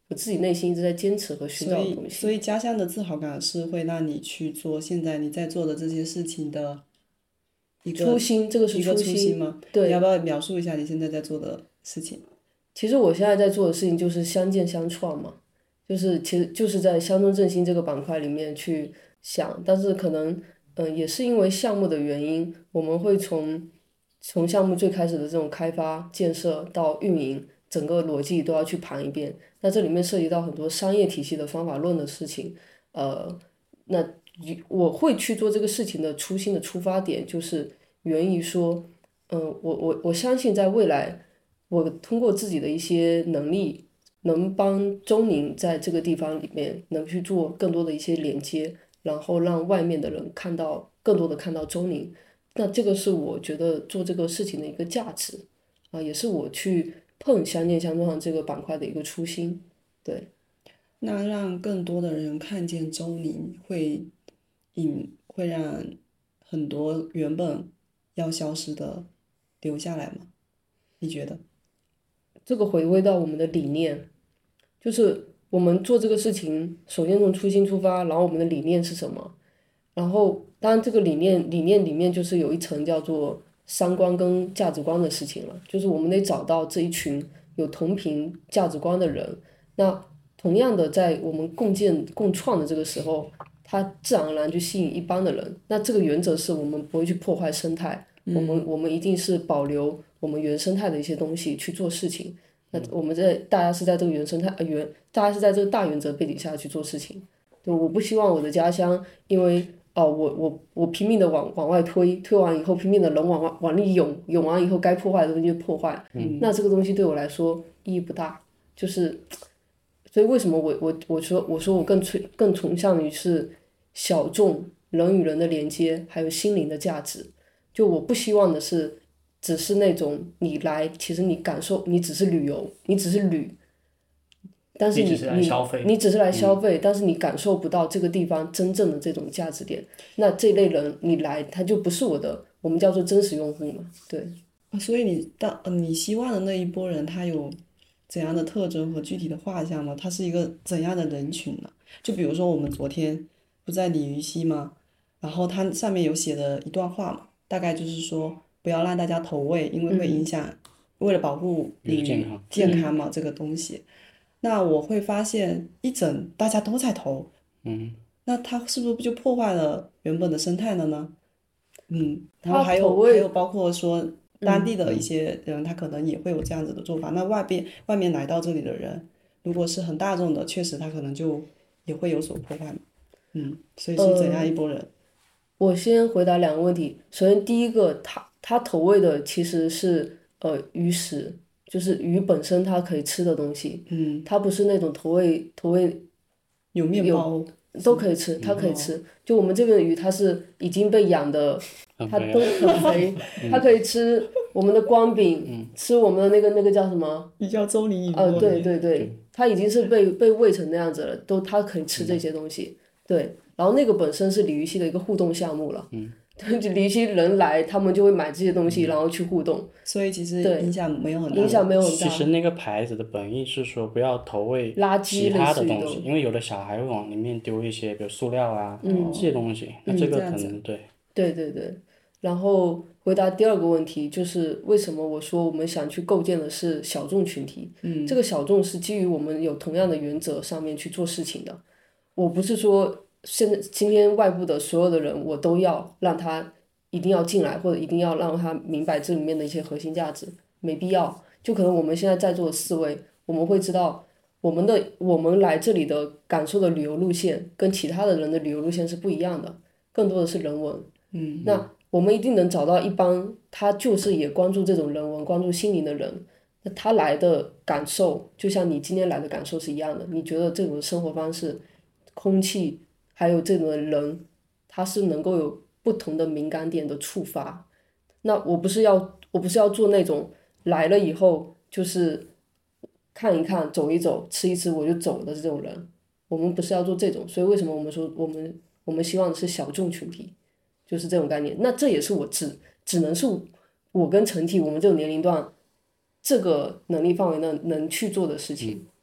我自己内心一直在坚持和寻所以找的东西。 所以家乡的自豪感是会让你去做现在你在做的这些事情的一个初心，这个是一个初心心吗？ 对， 你要不要描述一下你现在在做的事情？ 其实我现在在做的事情就是相见相创嘛，就是其实就是在乡村振兴这个板块里面去想，但是可能嗯、呃、也是因为项目的原因，我们会从从项目最开始的这种开发建设到运营，整个逻辑都要去盘一遍。那这里面涉及到很多商业体系的方法论的事情，呃，那我会去做这个事情的初心的出发点就是源于说，嗯、呃，我我我相信在未来。我通过自己的一些能力，能帮周宁在这个地方里面能去做更多的一些连接，然后让外面的人看到更多的看到周宁，那这个是我觉得做这个事情的一个价值啊，也是我去碰相见相创这个板块的一个初心。对， 那让更多的人看见周宁，会引会让很多原本要消失的留下来吗？你觉得？ 这个回归到我们的理念，就是我们做这个事情，首先从初心出发，然后我们的理念是什么？然后当然这个理念理念里面就是有一层叫做三观跟价值观的事情了，就是我们得找到这一群有同频价值观的人，那同样的在我们共建共创的这个时候，它自然而然就吸引一帮的人。那这个原则是我们不会去破坏生态，我们我们一定是保留我们原生态的一些东西去做事情。那我们在大家是在这个原生态呃原大家是在这个大原则背景下去做事情。对，我不希望我的家乡因为哦，我我我拼命的往往外推，推完以后拼命的人往往里涌，涌完以后该破坏的东西就破坏，嗯，那这个东西对我来说意义不大，就是，所以为什么我我我说我说我更崇更崇尚于是小众人与人的连接，还有心灵的价值，就我不希望的是只是那种你来，其实你感受你只是旅游，你只是旅。但是你你只是来消费你你只是来消费、嗯，但是你感受不到这个地方真正的这种价值点。那这类人你来，他就不是我的，我们叫做真实用户嘛，对。 所以你当你希望的那一波人，他有怎样的特征和具体的画像吗？他是一个怎样的人群呢？就比如说我们昨天不在鲤鱼溪吗？然后它上面有写的一段话嘛，大概就是说不要让大家投喂，因为会影响、嗯、为了保护鲤鱼健康健康嘛、嗯、这个东西。那我会发现一整大家都在投，嗯，那它是不是就破坏了原本的生态了呢？嗯，然后还有还有包括说当地的一些人、嗯，他可能也会有这样子的做法。那外边外面来到这里的人，如果是很大众的，确实他可能就也会有所破坏嘛。嗯，所以是怎样一拨人？呃、 我先回答两个问题。首先第一个，他他投喂的其实是呃鱼食。就是鱼本身它可以吃的东西，嗯，它不是那种投喂投喂有面包都可以吃，它可以吃。嗯、就我们这边鱼，它是已经被养的，它都很肥，它可以吃我们的光饼，嗯、吃我们的那个那个叫什么？ 比较周宁鱼。 呃，对对对，它已经是被被喂成那样子了，都它可以吃这些东西。嗯、对，然后那个本身是鲤鱼溪的一个互动项目了。嗯。就鲤鱼溪人来，他们就会买这些东西，然后去互动。 所以其实影响没有很大。 影响没有很大。 其实那个牌子的本意是说不要投喂垃圾其他的东西，因为有的小孩会往里面丢一些，比如塑料啊、嗯、这些东西，那这个可能、嗯、对。 对对对，然后回答第二个问题，就是为什么我说我们想去构建的是小众群体？嗯，这个小众是基于我们有同样的原则上面去做事情的。我不是说。现在今天外部的所有的人，我都要让他一定要进来，或者一定要让他明白这里面的一些核心价值，没必要。就可能我们现在在座的四位，我们会知道我们的我们来这里的感受的旅游路线跟其他的人的旅游路线是不一样的，更多的是人文。嗯，那我们一定能找到一帮他就是也关注这种人文、关注心灵的人，那他来的感受就像你今天来的感受是一样的。你觉得这种生活方式、空气。还有这种人，他是能够有不同的敏感点的触发。那我不是要，我不是要做那种来了以后就是看一看、走一走、吃一吃我就走的这种人。我们不是要做这种，所以为什么我们说我们我们希望的是小众群体，就是这种概念。那这也是我只只能是我跟陈体我们这种年龄段这个能力范围内能去做的事情。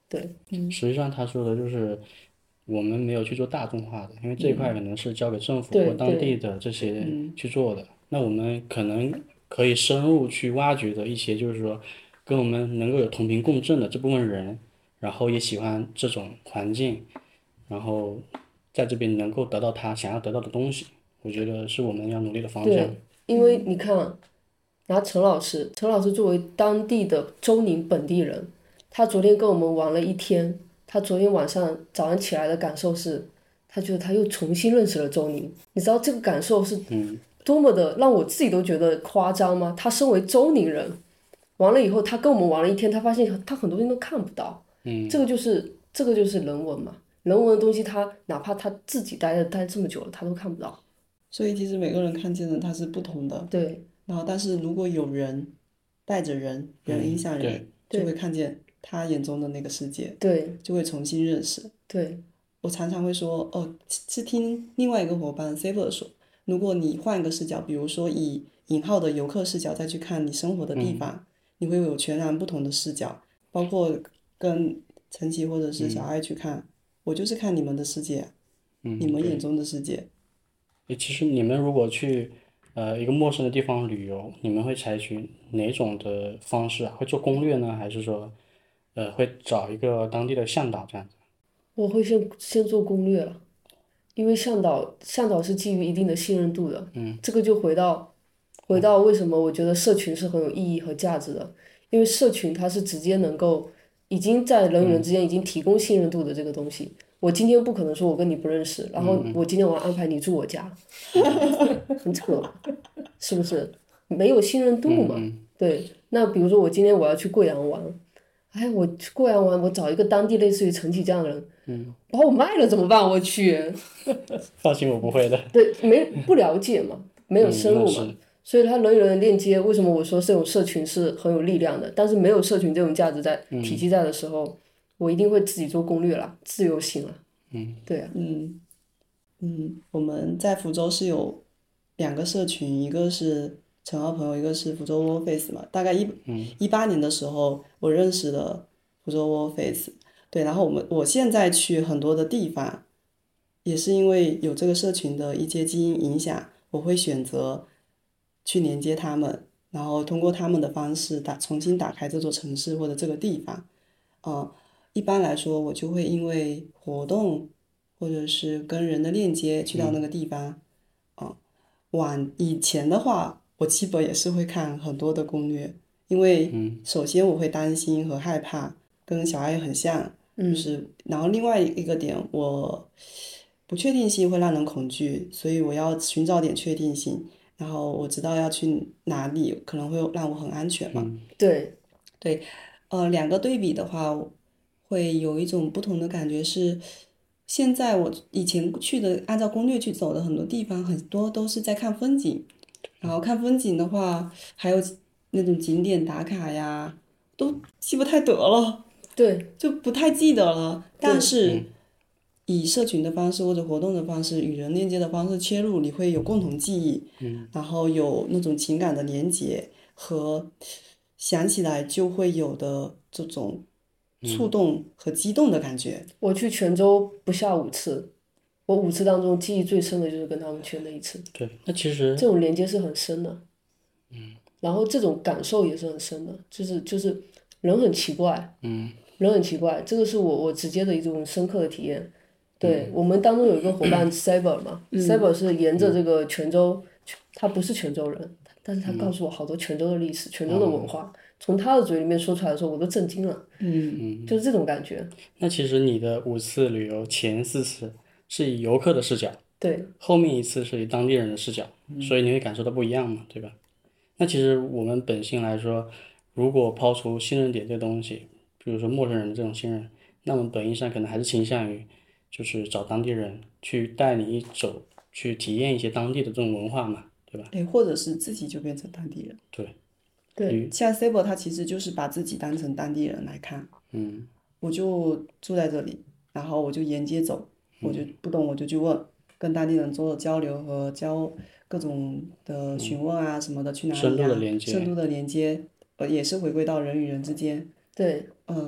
对， 实际上他说的就是我们没有去做大众化的，因为这一块可能是交给政府对或当地的这些去做的。那我们可能可以深入去挖掘的一些，就是说跟我们能够有同频共振的这部分人，然后也喜欢这种环境，然后在这边能够得到他想要得到的东西，我觉得是我们要努力的方向。 对，因为你看啊，拿陈老师，陈老师作为当地的周宁本地人，他昨天跟我们玩了一天，他昨天晚上早上起来的感受是，他觉得他又重新认识了周宁。你知道这个感受是多么的让我自己都觉得夸张吗？他身为周宁人，完了以后他跟我们玩了一天，他发现他很多东西都看不到。嗯，这个就是这个就是人文嘛，人文的东西他哪怕他自己待的待这么久了，他都看不到。 所以其实每个人看见的它是不同的。 对。 然后，但是如果有人带着人，人影响人，就会看见他眼中的那个世界， 对， 就会重新认识。 对， 我常常会说，哦，是听另外一个伙伴 Saver 说，如果你换一个视角，比如说以引号的游客视角再去看你生活的地方，你会有全然不同的视角。包括跟陈奇或者是小爱去看，我就是看你们的世界，你们眼中的世界。 其实你们如果去呃一个陌生的地方旅游，你们会采取哪种的方式啊？会做攻略呢，还是说呃会找一个当地的向导这样子？ 我会先先做攻略了，因为向导向导是基于一定的信任度的。嗯，这个就回到回到为什么我觉得社群是很有意义和价值的，因为社群它是直接能够已经在人与人之间已经提供信任度的这个东西。我今天不可能说我跟你不认识，然后我今天我要安排你住我家，很扯，是不是？没有信任度嘛？对。那比如说我今天我要去贵阳玩，哎，我去贵阳玩，我找一个当地类似于陈启这样的人，嗯，把我卖了怎么办？我去。 放心，我不会的。 对，没不了解嘛，没有深入嘛。嗯，所以它人与人的链接，为什么我说这种社群是很有力量的？但是没有社群这种价值在体系在的时候，嗯，我一定会自己做攻略啦，自由行啦。嗯，对啊。 嗯嗯，我们在福州是有两个社群，一个是陈浩朋友，一个是福州 Warface 嘛。大概一一八年的时候，我认识了福州 Warface。对，然后我们我现在去很多的地方，也是因为有这个社群的一些基因影响，我会选择去连接他们，然后通过他们的方式打重新打开这座城市或者这个地方。呃，一般来说，我就会因为活动或者是跟人的链接去到那个地方。嗯，呃、往以前的话，我基本也是会看很多的攻略，因为首先我会担心和害怕，跟小爱很像，就是，然后另外一个点，我不确定性会让人恐惧，所以我要寻找点确定性，然后我知道要去哪里，可能会让我很安全嘛。 嗯，对， 对，呃，两个对比的话，会有一种不同的感觉是，现在我以前去的按照攻略去走的很多地方，很多都是在看风景，然后看风景的话，还有那种景点打卡呀，都记不太得了。 对， 就不太记得了。但是以社群的方式或者活动的方式，与人链接的方式切入，你会有共同记忆，嗯，然后有那种情感的连接和想起来就会有的这种触动和激动的感觉。 嗯，我去泉州不下五次，我五次当中记忆最深的就是跟他们去那一次。 对，那其实这种连接是很深的，嗯，然后这种感受也是很深的，就是就是人很奇怪，嗯。人很奇怪，这个是我我直接的一种深刻的体验。对，嗯，我们当中有一个伙伴 Saber 嘛，嗯，Saber 是沿着这个泉州，他不是泉州人，但是他告诉我好多泉州的历史，嗯，泉州的文化，从他的嘴里面说出来的时候，我都震惊了。嗯，就是这种感觉。 那其实你的五次旅游前四次是以游客的视角， 对， 后面一次是以当地人的视角，嗯，所以你会感受到不一样嘛，对吧？那其实我们本性来说，如果抛除信任点这东西，比如说陌生人的这种信任，那么本意上可能还是倾向于就是找当地人去带你走，去体验一些当地的这种文化嘛，对吧？ 对，或者是自己就变成当地人。 对， 对，像 Saber 他其实就是把自己当成当地人来看。嗯，我就住在这里，然后我就沿街走，我就不懂我就去问，跟当地人做交流和交各种的询问啊什么的，去哪里啊？ 深度的连接， 深度的连接，呃，也是回归到人与人之间。 对， 嗯，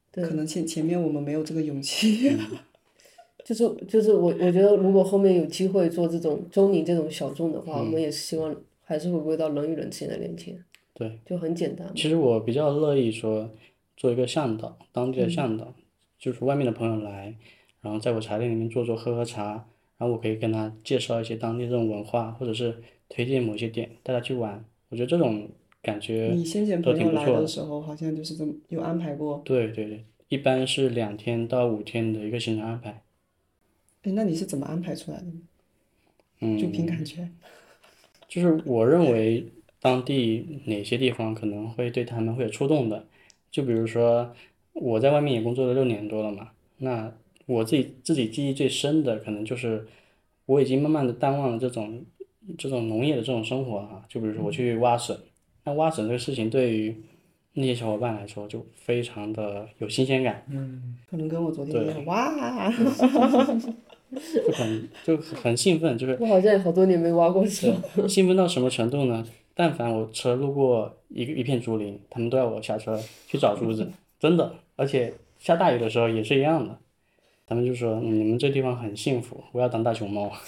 可能前前面我们没有这个勇气。 就是就是我我觉得如果后面有机会做这种周宁这种小众的话，我们也是希望还是回归到人与人之间的连接， 对， 就很简单嘛。 其实我比较乐意说做一个向导，当地的向导，就是外面的朋友来，然后在我茶店里面坐坐喝喝茶，然后我可以跟他介绍一些当地这种文化，或者是推荐某些点带他去玩。我觉得这种感觉你先前都朋友来挺不错的。 的时候，好像就是这么有安排过。 对对对，一般是两天到五天的一个行程安排。 哎，那你是怎么安排出来的呢？嗯，就凭感觉。 就是我认为当地哪些地方可能会对他们会有触动的，就比如说我在外面也工作了六年多了嘛，那我自己自己记忆最深的可能就是我已经慢慢的淡忘了这种这种农业的这种生活啊，就比如说我去挖笋，那挖笋这个事情对于那些小伙伴来说就非常的有新鲜感， 可能跟我昨天一样，哇！ 就很就很兴奋，就是我好像有好多年没挖过笋。 兴奋到什么程度呢？但凡我车路过一个一片竹林，他们都要我下车去找珠子，真的。而且下大雨的时候也是一样的，他们就说、嗯、你们这地方很幸福，我要当大熊猫。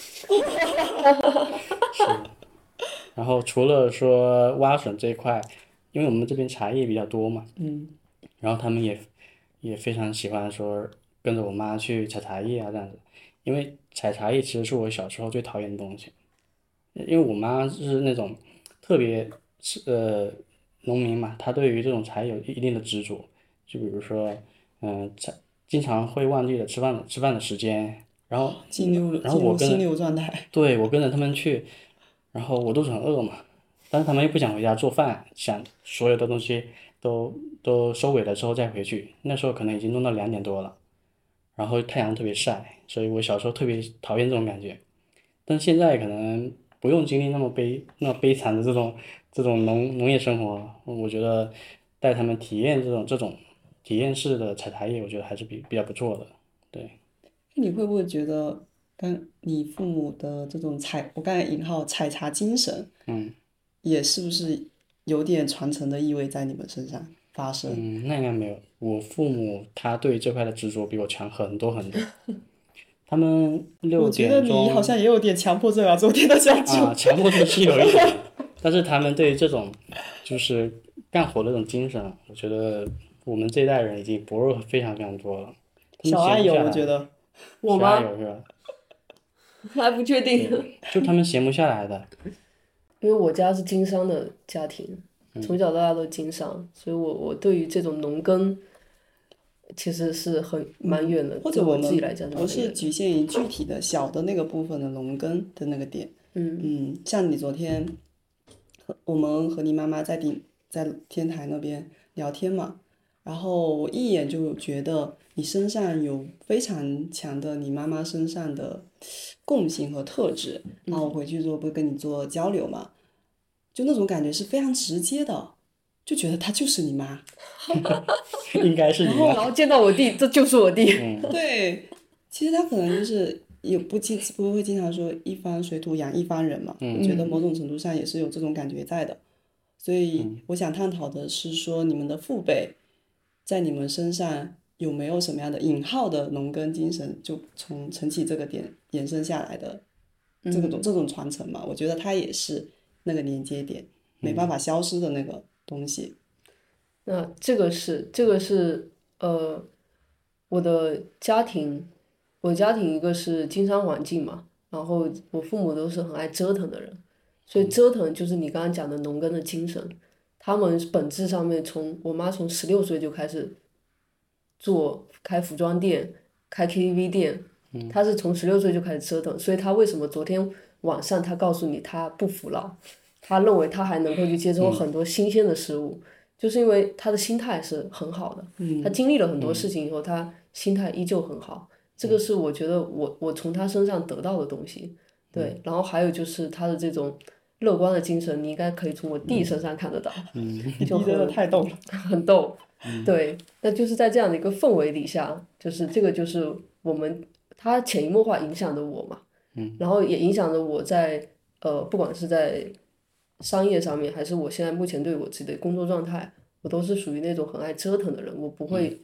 是。然后除了说挖笋这一块，因为我们这边茶叶比较多嘛， 嗯， 然后他们也也非常喜欢说跟着我妈去采茶叶啊这样子，因为采茶叶其实是我小时候最讨厌的东西。因为我妈是那种特别是呃农民嘛，她对于这种茶有一定的执着，就比如说，嗯、采经常会忘记了吃饭的吃饭的时间，然后进入然后我跟进入心流状态。 对我跟着他们去，然后我肚子很饿嘛，但是他们又不想回家做饭，想所有的东西都都收尾了之后再回去，那时候可能已经弄到两点多了，然后太阳特别晒，所以我小时候特别讨厌这种感觉，但现在可能不用经历那么悲那么悲惨的这种这种农农业生活，我觉得带他们体验这种这种体验式的采茶叶，我觉得还是比比较不错的。对， 你会不会觉得，跟你父母的这种采，我刚才引号采茶精神， 嗯也是不是有点传承的意味在你们身上发生？ 嗯，那应该没有，我父母他对这块的执着比我强很多很多。他们六我觉得点钟你好像也有点强迫症啊，昨天的讲究。 啊，强迫症是有一点，但是他们对于这种就是干活的这种精神，我觉得我们这一代人已经薄弱非常非常多了。他们小爱有， 闲不下来我觉得。 我小爱吗？ 有是吧？ 还不确定， 就他们闲不下来的。 因为我家是经商的家庭， 嗯从小到大都经商，所以我我对于这种农耕其实是很蛮远的，对或者我们我自己来讲不是蛮远的。 局限于具体的小的那个部分的农耕的那个点。 嗯嗯，像你昨天和我们和你妈妈在顶在天台那边聊天嘛，然后我一眼就觉得你身上有非常强的你妈妈身上的共性和特质，然后我回去之后不是跟你做交流嘛，就那种感觉是非常直接的，就觉得她就是你妈。 应该是你然吧？ 后见到我弟，这就是我弟。 对，其实他可能就是也不经不会经常说一方水土养一方人嘛，我觉得某种程度上也是有这种感觉在的。所以我想探讨的是说，你们的父辈在你们身上有没有什么样的引号的农耕精神，就从晨起这个点延伸下来的这个种、这种传承嘛？我觉得它也是那个连接点，没办法消失的那个东西。 那这个是这个是呃，我的家庭，我家庭一个是经商环境嘛，然后我父母都是很爱折腾的人，所以折腾就是你刚刚讲的农耕的精神。他们本质上面从我妈从十六岁就开始做开服装店、开 K T V 店，她是从十六岁就开始折腾，所以她为什么昨天晚上她告诉你她不服老，她认为她还能够去接受很多新鲜的事物。就是因为他的心态是很好的，他经历了很多事情以后，他心态依旧很好，这个是我觉得我我从他身上得到的东西，对，然后还有就是他的这种乐观的精神，你应该可以从我弟身上看得到，就你真的太逗了。 很逗，对，那就是在这样的一个氛围底下，就是这个就是我们他潜移默化影响着我嘛，然后也影响着我在呃不管是在商业上面，还是我现在目前对我自己的工作状态，我都是属于那种很爱折腾的人，我不会，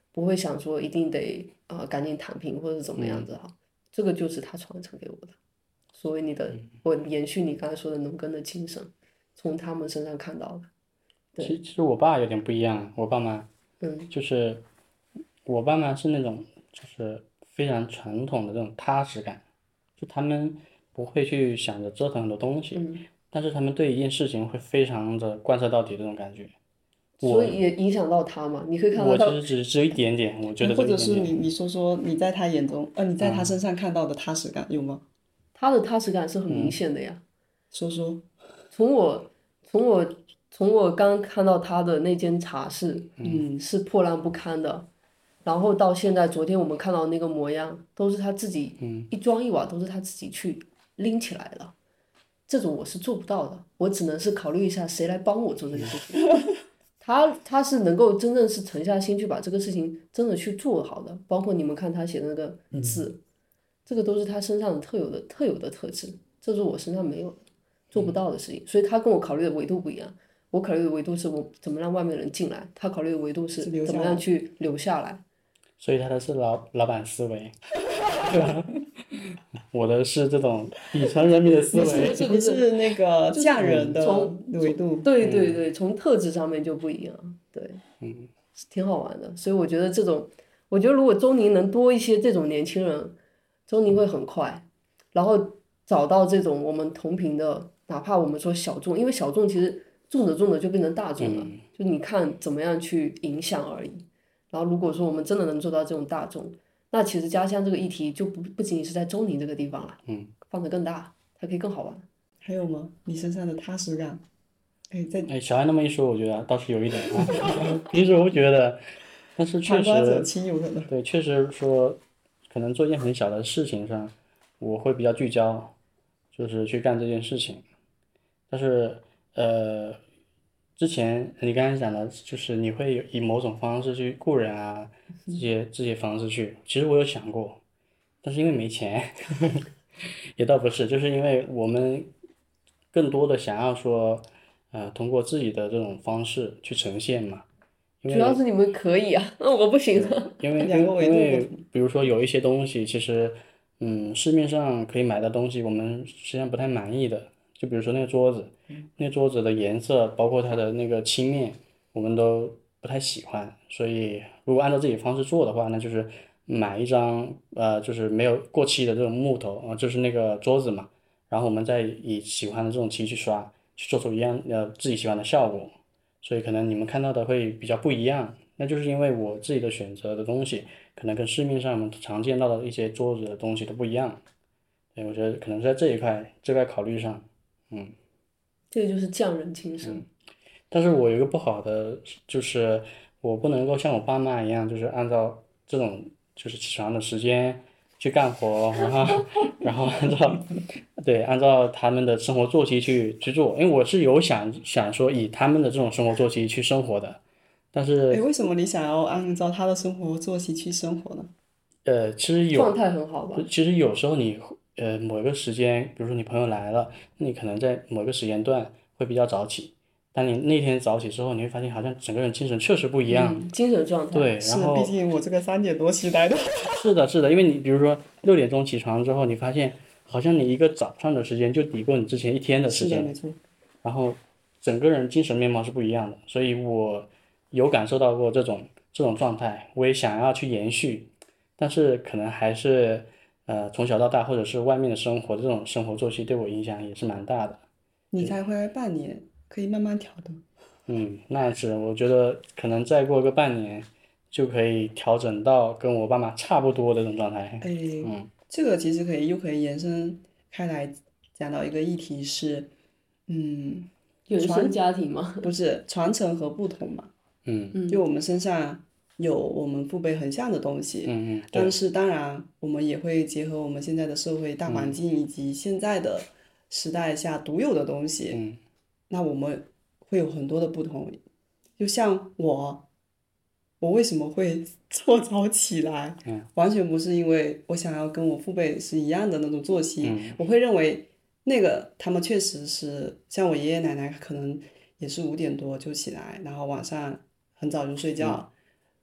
不会想说一定得啊、呃、赶紧躺平或者怎么样子哈、嗯，这个就是他传承给我的。所谓你的，我延续你刚才说的农耕的精神，从他们身上看到的。对， 其实其实我爸有点不一样，我爸妈， 嗯， 就是我爸妈是那种就是非常传统的这种踏实感，就他们不会去想着折腾很多东西， 嗯， 但是他们对一件事情会非常的贯彻到底这种感觉。 所以也影响到他嘛，你可以看到我他。 其实只只有一点点，我觉得或者是只有一点点。 你你说说你在他眼中，呃，你在他身上看到的踏实感有吗？ 他的踏实感是很明显的呀。 说说。 从我从我从我刚看到他的那间茶室， 嗯， 是破烂不堪的，然后到现在，昨天我们看到那个模样，都是他自己一砖一瓦都是他自己去拎起来的。这种我是做不到的，我只能是考虑一下谁来帮我做这个事情。他他是能够真正是沉下心去把这个事情真的去做好的，包括你们看他写的那个字，这个都是他身上的特有的特有的特质，这是我身上没有的，做不到的事情。所以他跟我考虑的维度不一样，我考虑的维度是我怎么让外面的人进来，他考虑的维度是怎么样去留下来。 所以他的是老老板思维，对吧？我的是这种底层人民的思维， 是不是那个匠人的维度？ 对对对，从特质上面就不一样，对，嗯，挺好玩的。所以我觉得这种，我觉得如果周宁能多一些这种年轻人，周宁会很快，然后找到这种我们同频的，哪怕我们说小众，因为小众其实种着种着就变成大众了， 嗯、 就你看怎么样去影响而已。然后如果说我们真的能做到这种大众，那其实家乡这个议题就不不仅仅是在周宁这个地方了， 嗯， 放得更大，它可以更好玩。 还有吗？你身上的踏实感？哎，在哎，小艾那么一说，我觉得倒是有一点啊。平时我不觉得，但是确实，对，确实说，可能做一件很小的事情上，我会比较聚焦，就是去干这件事情。但是呃，之前你刚才讲的，就是你会有以某种方式去雇人啊，这些这些方式去，其实我有想过，但是因为没钱，也倒不是，就是因为我们更多的想要说，呃，通过自己的这种方式去呈现嘛。 主要是你们可以啊，那我不行啊。 因为因为因为比如说有一些东西，其实嗯，市面上可以买的东西，我们实际上不太满意的。就比如说那个桌子，那桌子的颜色，包括它的那个漆面，我们都不太喜欢。所以如果按照自己方式做的话，那就是买一张呃，就是没有过期的这种木头啊、呃，就是那个桌子嘛。然后我们再以喜欢的这种漆去刷，去做出一样呃自己喜欢的效果。所以可能你们看到的会比较不一样，那就是因为我自己的选择的东西，可能跟市面上我们常见到的一些桌子的东西都不一样。对，我觉得可能在这一块这块考虑上，嗯， 这个就是匠人精神。 嗯，但是我有一个不好的，就是我不能够像我爸妈一样，就是按照这种就是起床的时间去干活，然后然后按照对按照他们的生活作息去去做，因为我是有想想说以他们的这种生活作息去生活的，但是哎，为什么你想要按照他的生活作息去生活呢？ 呃，其实有状态很好吧？ 其实有时候你呃某一个时间，比如说你朋友来了，你可能在某个时间段会比较早起。当你那天早起之后，你会发现好像整个人精神确实不一样， 嗯、精神状态。 对，然后毕竟我这个三点多起来的。 是的，是的，因为你比如说六点钟起床之后，你发现好像你一个早上的时间就抵过你之前一天的时间， 没错。 然后整个人精神面貌是不一样的，所以我有感受到过这种这种状态，我也想要去延续，但是可能还是呃从小到大或者是外面的生活的这种生活作息对我影响也是蛮大的。 你才回来半年，可以慢慢调的。 嗯，那是，我觉得可能再过个半年，就可以调整到跟我爸妈差不多的这种状态。 哎， 嗯， 这个其实可以又可以延伸开来讲到一个议题是，嗯， 原生家庭吗？ 不是，传承和不同嘛。 嗯， 就我们身上有我们父辈很像的东西， 嗯嗯， 但是当然我们也会结合我们现在的社会大环境以及现在的时代下独有的东西， 嗯， 那我们会有很多的不同。就像我，我为什么会做早起来？ 嗯， 完全不是因为我想要跟我父辈是一样的那种作息， 嗯， 我会认为那个他们确实是像我爷爷奶奶可能也是五点多就起来，然后晚上很早就睡觉。 嗯，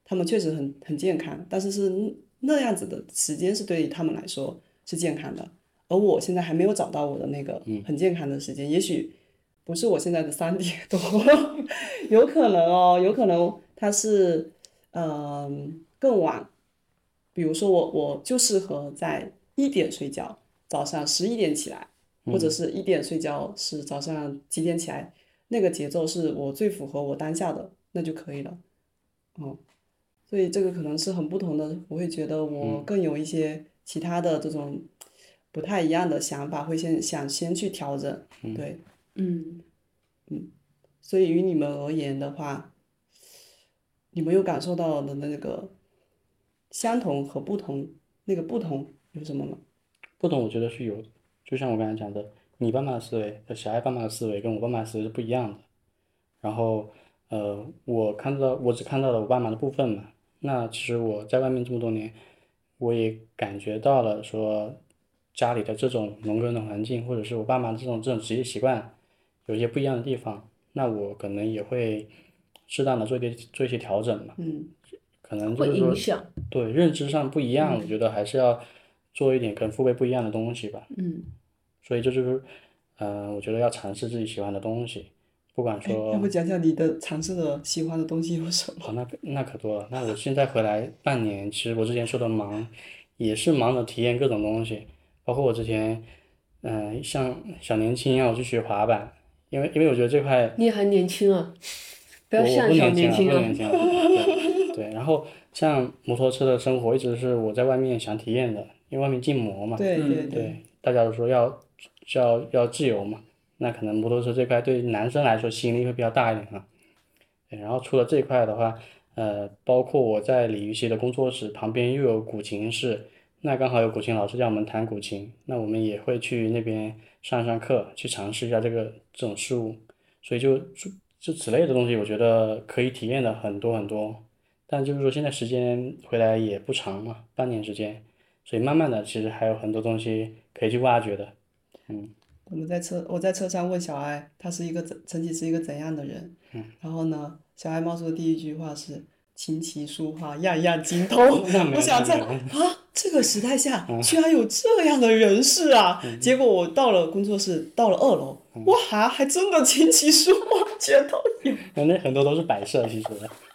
他们确实很很健康，但是是那样子的时间是对于他们来说是健康的，而我现在还没有找到我的那个很健康的时间，也许不是我现在的三点多，有可能哦，有可能它是嗯、呃、更晚，比如说我我就适合在一点睡觉，早上十一点起来，或者是一点睡觉是早上几点起来，那个节奏是我最符合我当下的，那就可以了。嗯，所以这个可能是很不同的，我会觉得我更有一些其他的这种不太一样的想法，会先想先去调整，对， 嗯， 所以于你们而言的话，你们有感受到的那个相同和不同，那个不同有什么吗？ 不同我觉得是有的，就像我刚才讲的，你爸妈的思维和小爱爸妈的思维跟我爸妈的思维是不一样的。然后，呃，我看到我只看到了我爸妈的部分嘛，那其实我在外面这么多年，我也感觉到了说家里的这种农耕的环境，或者是我爸妈的这种这种职业习惯，有一些不一样的地方，那我可能也会适当的做一些做一些调整嘛。 嗯， 可能就会是说影响。 对认知上不一样，我觉得还是要做一点跟父辈不一样的东西吧。 嗯， 所以这就是，嗯、我觉得要尝试自己喜欢的东西，不管说， 要不讲讲你的尝试的喜欢的东西有什么？ 哦，那可那可多了。那我现在回来半年，其实我之前说的忙，也是忙着体验各种东西，包括我之前，嗯、像小年轻一样，我去学滑板，因为因为我觉得这块你还年轻啊，不我我要像小不年轻了，不轻啊。 年轻了。对对，然后像摩托车的生活一直是我在外面想体验的，因为外面禁摩嘛， 对对对， 对，大家都说要要要自由嘛，那可能摩托车这块对男生来说吸引力会比较大一点啊。对，然后除了这一块的话，呃，包括我在鲤鱼系的工作室旁边又有古琴室，那刚好有古琴老师教我们弹古琴，那我们也会去那边上上课，去尝试一下这个这种事物，所以就就就此类的东西，我觉得可以体验的很多很多，但就是说现在时间回来也不长嘛，半年时间，所以慢慢的其实还有很多东西可以去挖掘的。 我们在车，我在车上问小艾，他是一个怎，陈启是一个怎样的人？嗯，然后呢，小艾冒出的第一句话是琴棋书画样样精通。 那没有我想在那没有啊这个时代下，居然有这样的人士啊！结果我到了工作室，到了二楼，哇，还真的琴棋书画全都有。 那那很多都是摆设，其实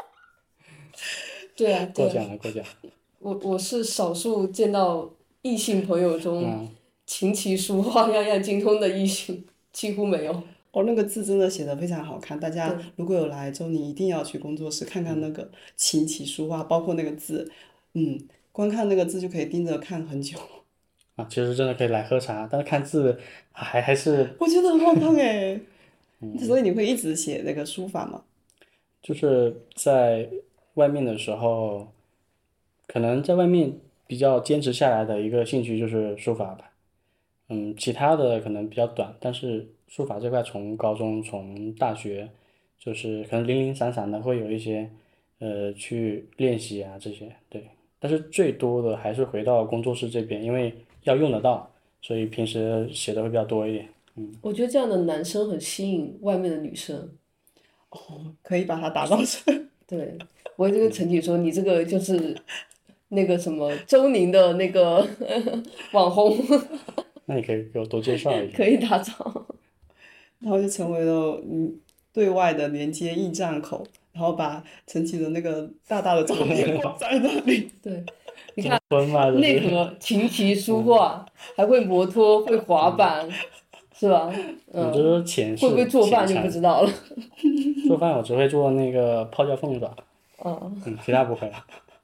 对啊，对啊， 过奖了，过奖了。 我我是少数见到异性朋友中嗯， 琴棋书画样样精通的异性，几乎没有。 哦，那个字真的写的非常好看，大家如果有来周你一定要去工作室看看那个琴棋书画，包括那个字，嗯，光看那个字就可以盯着看很久， 啊，其实真的可以来喝茶，但是看字还还是我觉得很好看哎。所以你会一直写那个书法吗？ 就是在外面的时候，可能在外面比较坚持下来的一个兴趣就是书法吧。嗯，其他的可能比较短，但是书法这块从高中从大学，就是可能零零散散的会有一些，呃，去练习啊这些，对。但是最多的还是回到工作室这边，因为要用得到，所以平时写的会比较多一点。 我觉得这样的男生很吸引外面的女生。 可以把它打造成对，我就跟陈姐说，你这个就是那个什么周宁的那个网红， 那你可以给我多介绍一下。 可以打造。 然后就成为了嗯对外的连接驿站口，然后把陈启的那个大大的照片挂在那里。 对， 你看婚嘛，这是内核琴棋书画，还会摩托，会滑板，是吧？ 你这是前世会不会做饭就前餐不知道了。 做饭我只会做那个泡椒凤爪， 嗯， 嗯，其他不会。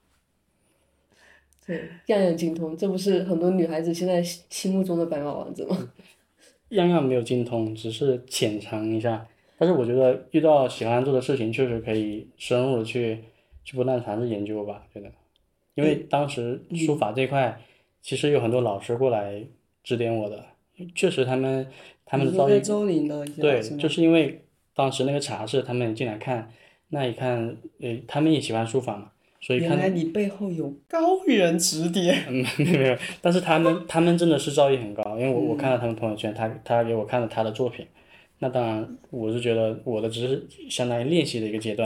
对，样样精通，这不是很多女孩子现在心目中的白马王子吗？ 样样没有精通，只是浅尝一下。但是我觉得遇到喜欢做的事情，确实可以深入的去去不断尝试研究吧，觉得。因为当时书法这块，其实有很多老师过来指点我的，确实他们他们的遭遇你说在周宁的一些对， 老师吗就是因为当时那个茶室他们也进来看，那一看，呃，他们也喜欢书法嘛，所以看原来你背后有高人指点。 嗯，没有没有，但是他们他们真的是造诣很高，因为我我看了他们朋友圈，他他给我看了他的作品，那当然我是觉得我的只是相当于练习的一个阶段，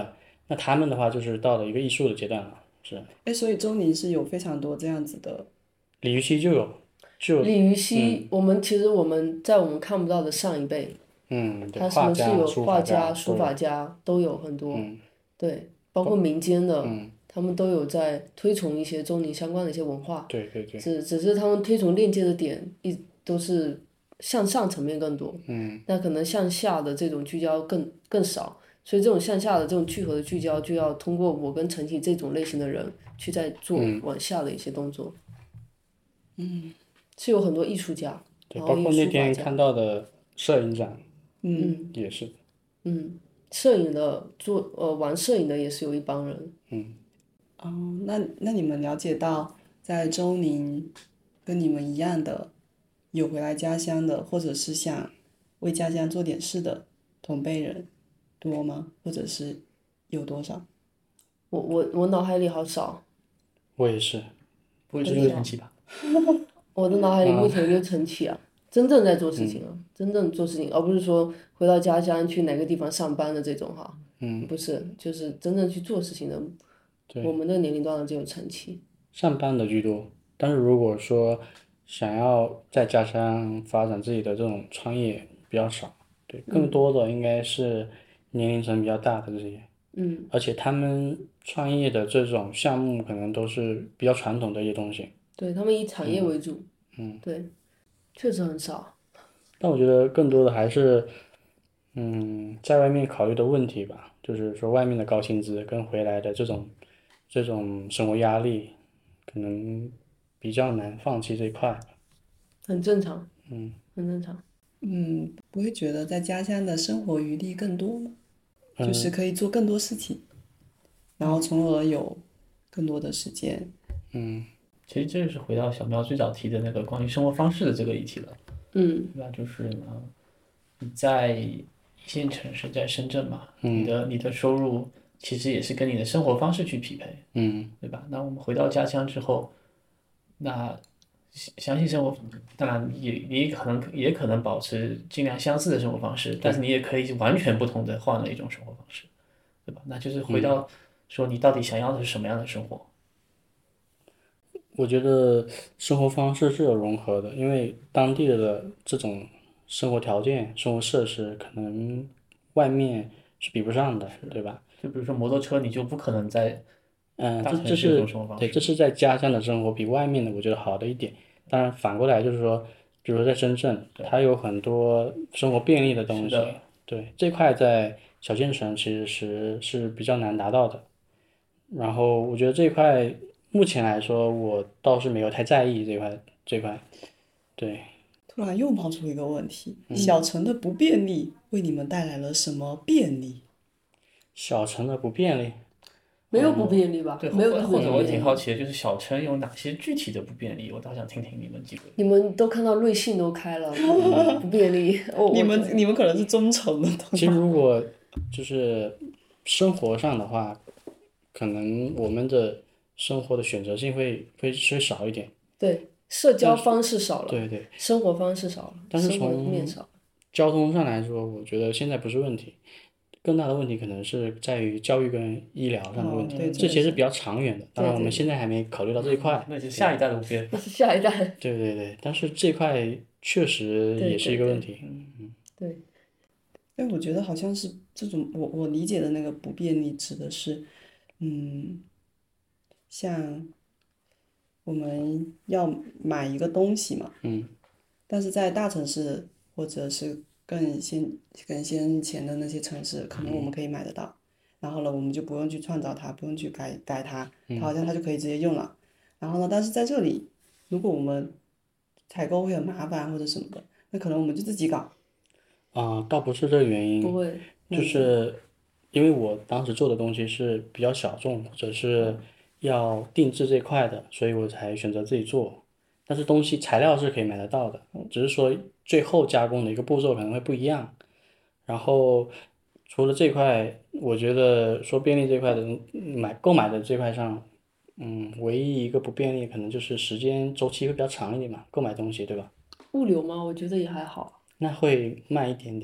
那他们的话就是到了一个艺术的阶段了，是哎，所以周宁是有非常多这样子的。 李禹锡就有，就李禹锡，我们其实我们在我们看不到的上一辈， 嗯，对， 他什么是画家、 有画书法家、书都有法家都有很多， 嗯对，包括民间的， 嗯， 他们都有在推崇一些周宁相关的一些文化， 对对对， 只只是他们推崇链接的点一都是向上层面更多， 嗯， 那可能向下的这种聚焦更更少，所以这种向下的这种聚合的聚焦，就要通过我跟陈启这种类型的人去在做嗯往下的一些动作，嗯，是有很多艺术家， 对， 然后有包括那书法家， 天看到的摄影展嗯也是， 嗯，摄影的做呃玩摄影的也是有一帮人， 嗯， 哦，那那你们了解到，在周宁跟你们一样的，有回来家乡的，或者是想为家乡做点事的同辈人多吗？或者是有多少？ 我我我脑海里好少， 我也是， 不会只有陈启吧？ 我的脑海里目前就陈启啊，真正在做事情啊，真正做事情，而不是说回到家乡去哪个地方上班的这种哈， 嗯， 不是，就是真正去做事情的， 对， 我们的年龄段的只有陈启， 上班的居多，但是如果说想要在家乡发展自己的这种创业比较少，对，更多的应该是年龄层比较大的这些， 嗯， 而且他们创业的这种项目可能都是比较传统的一些东西， 对他们以产业为主，嗯，对，确实很少， 但我觉得更多的还是，嗯，在外面考虑的问题吧，就是说外面的高薪资跟回来的这种这种生活压力，可能比较难放弃这一块。 很正常，嗯，很正常， 嗯，不会觉得在家乡的生活余地更多吗？就是可以做更多事情，然后从而有更多的时间。 嗯， 其实这就是回到小喵最早提的那个关于生活方式的这个议题了， 嗯， 对吧？就是呢，你在一线城市，在深圳嘛，你的你的收入其实也是跟你的生活方式去匹配， 嗯， 对吧？那我们回到家乡之后，那相相信生活，当然也也可能也可能保持尽量相似的生活方式，但是你也可以完全不同的换了一种生活方式，对吧？那就是回到说你到底想要的是什么样的生活？ 我觉得生活方式是有融合的，因为当地的这种生活条件、生活设施可能外面是比不上的，对吧？ 就比如说摩托车，你就不可能在嗯， 大这这城市有这种是生活方式。 对，这是在家乡的生活比外面的我觉得好的一点。当然反过来就是说，比如说在深圳，它有很多生活便利的东西， 是的， 对，这块在小县城其实是是比较难达到的。然后我觉得这一块目前来说，我倒是没有太在意这块这块，对， 突然又冒出一个问题：小城的不便利为你们带来了什么便利？ 小城的不便利， 没有不便利吧？ 对， 没有任何或或者我不便利。 挺好奇的，就是小城有哪些具体的不便利？我倒想听听你们几个。 你们都看到瑞幸都开了，不便利。我我你们你们可能是中城的， 其实如果就是生活上的话，可能我们的生活的选择性会会会少一点， 对社交方式少了， 对对。 生活方式少了， 但是生活从面少了。 交通上来说，我觉得现在不是问题，更大的问题可能是在于教育跟医疗上的问题， 哦对这其实比较长远的。当然，我们现在还没考虑到这一块。 那是下一代的不便。 那是下一代。 对对对，但是这块确实也是一个问题。 对， 哎，我觉得好像是这种，我我理解的那个不便利指的是，嗯，像我们要买一个东西嘛， 嗯， 但是在大城市或者是更先更先前的那些城市，可能我们可以买得到，然后呢，我们就不用去创造它，不用去改改它，它好像它就可以直接用了。然后呢，但是在这里，如果我们采购会很麻烦或者什么的，那可能我们就自己搞。 啊、倒不是这个原因， 不会， 就是因为我当时做的东西是比较小众，或者是要定制这块的，所以我才选择自己做。但是东西材料是可以买得到的，只是说最后加工的一个步骤可能会不一样。然后除了这块，我觉得说便利这块的嗯买购买的这块上，嗯，唯一一个不便利可能就是时间周期会比较长一点嘛，购买东西对吧？ 物流吗？我觉得也还好。 那会慢一点点。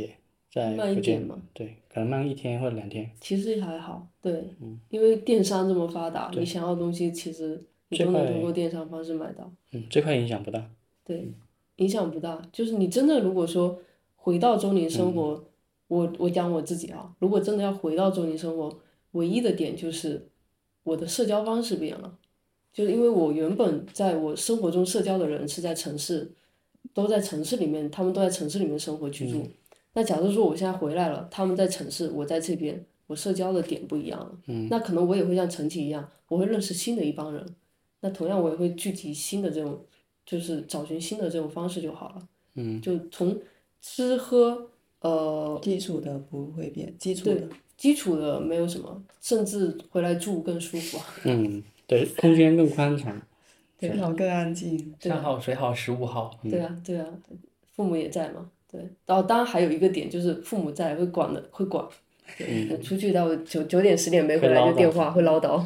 在慢一福建点嘛， 对，可能慢一天或者两天。 其实还好，对，因为电商这么发达， 对你想要的东西其实你这块都能通过电商方式买到。 嗯，这块影响不大。 对，影响不大。就是你真的如果说回到周宁生活，我我讲我自己啊，如果真的要回到周宁生活，唯一的点就是我的社交方式变了，就是因为我原本在我生活中社交的人是在城市，都在城市里面，他们都在城市里面生活居住。那假如说我现在回来了，他们在城市，我在这边，我社交的点不一样了，那可能我也会像陈琦一样，我会认识新的一帮人，那同样我也会聚集新的这种。就是找寻新的这种方式就好了，嗯，就从吃喝呃基础的不会变，基础的基础的没有什么，甚至回来住更舒服。 嗯，对，空间更宽敞， 对，然后更安静。 山好水好食物好。 对啊对啊，父母也在嘛，对，然后当然还有一个点就是父母在会管的会管，对，出去到九九点十点没回来就电话会唠叨，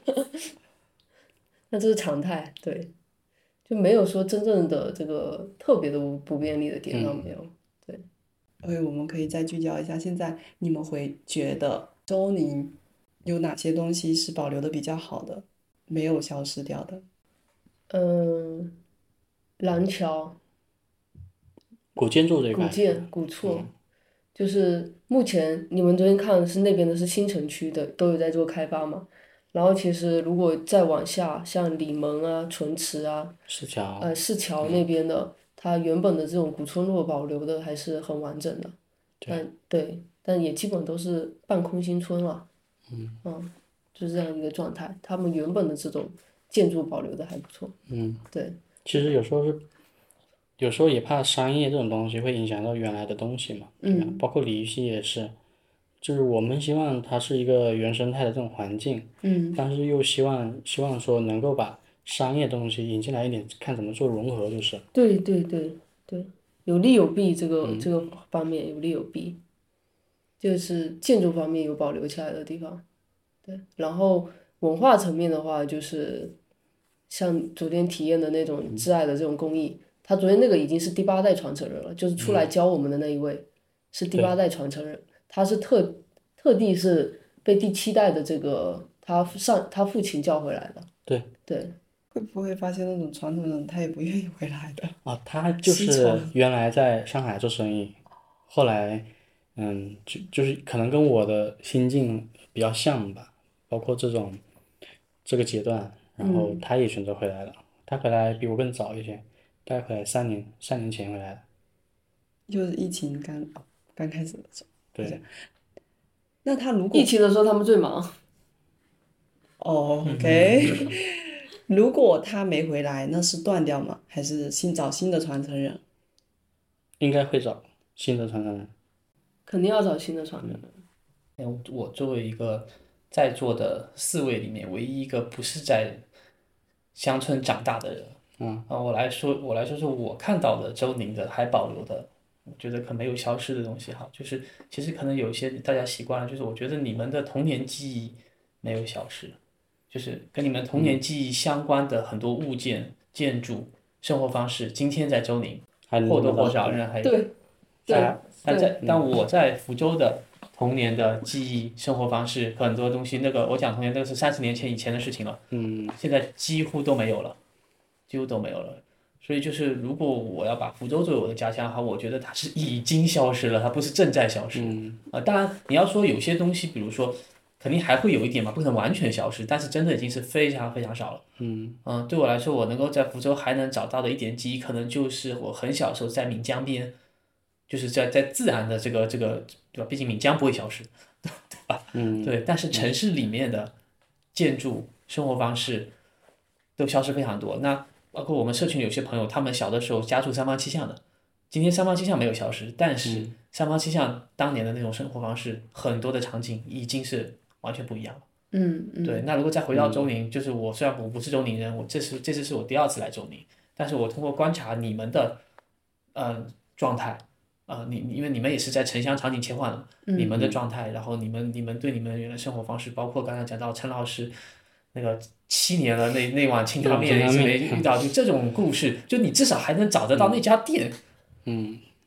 那这是常态，对。就没有说真正的这个特别的不便利的点倒没有，对。 所以我们可以再聚焦一下，现在你们会觉得周宁有哪些东西是保留的比较好的，没有消失掉的？ 嗯，廊桥。 古建筑这一块。 古建、古厝，嗯、就是目前你们昨天看的是那边的是新城区的，都有在做开发嘛。然后其实如果再往下，像里门啊、纯池啊、 市桥， 呃市桥那边的，嗯、它原本的这种古村落保留的还是很完整的，但对，但也基本都是半空心村了，嗯嗯，就是这样一个状态。他们原本的这种建筑保留的还不错， 嗯， 对。 其实有时候是，有时候也怕商业这种东西会影响到原来的东西嘛，对吧？ 嗯， 包括鲤鱼溪也是。就是我们希望它是一个原生态的这种环境， 嗯， 但是又希望希望说能够把商业东西引进来一点，看怎么做融合，就是。 对对对对，有利有弊，这个、嗯、这个方面有利有弊，就是建筑方面有保留起来的地方，对，然后文化层面的话，就是像昨天体验的那种挚爱的这种工艺，他昨天那个已经是第八代传承人了，就是出来教我们的那一位、嗯、是第八代传承人。他是特特地是被第七代的这个他上他父亲叫回来的。 对对。 会不会发现那种传统人他也不愿意回来的？ 啊，他就是原来在上海做生意，后来嗯就就是可能跟我的心境比较像吧，包括这种这个阶段，然后他也选择回来了。嗯、他回来比我更早一些，大概回来三年三年前回来的。 就是疫情刚刚开始的时候。 对， 那他如果疫情的时候他们最忙。 哦 ，OK，如果他没回来，那是断掉吗？还是新找新的传承人？ 应该会找新的传承人。 肯定要找新的传承人。 嗯，我作为一个在座的四位里面唯一一个不是在乡村长大的人， 嗯， 啊，我来说，我来说说我看到的周宁的还保留的。我觉得可能没有消失的东西哈，就是其实可能有一些大家习惯了，就是我觉得你们的童年记忆没有消失，就是跟你们童年记忆相关的很多物件、建筑、生活方式，今天在周宁或多或少仍然还有。 对， 对。但在但我在福州的童年的记忆、生活方式，很多东西，那个我讲童年，那个是三十年前以前的事情了， 嗯， 现在几乎都没有了，几乎都没有了。所以就是，如果我要把福州作为我的家乡哈，我觉得它是已经消失了，它不是正在消失。 嗯。 啊，当然你要说有些东西，比如说，肯定还会有一点嘛，不可能完全消失，但是真的已经是非常非常少了。 嗯。 嗯，对我来说，我能够在福州还能找到的一点记忆，可能就是我很小时候在岷江边，就是在在自然的这个这个，对吧？毕竟岷江不会消失，对吧？ 嗯。 对，但是城市里面的建筑、生活方式都消失非常多。那包括我们社群有些朋友，他们小的时候家住三坊七巷的，今天三坊七巷没有消失，但是三坊七巷当年的那种生活方式，很多的场景已经是完全不一样了。 嗯嗯。 对，那如果再回到周宁，嗯、就是我虽然我不是周宁人，我这是这次是我第二次来周宁，但是我通过观察你们的呃状态，啊、呃，你因为你们也是在城乡场景切换了， 嗯、 你们的状态，然后你们你们对你们原来生活方式，包括刚才讲到陈老师。那个七年了，那那碗清汤面一直没遇到，就这种故事，就你至少还能找得到那家店。 嗯，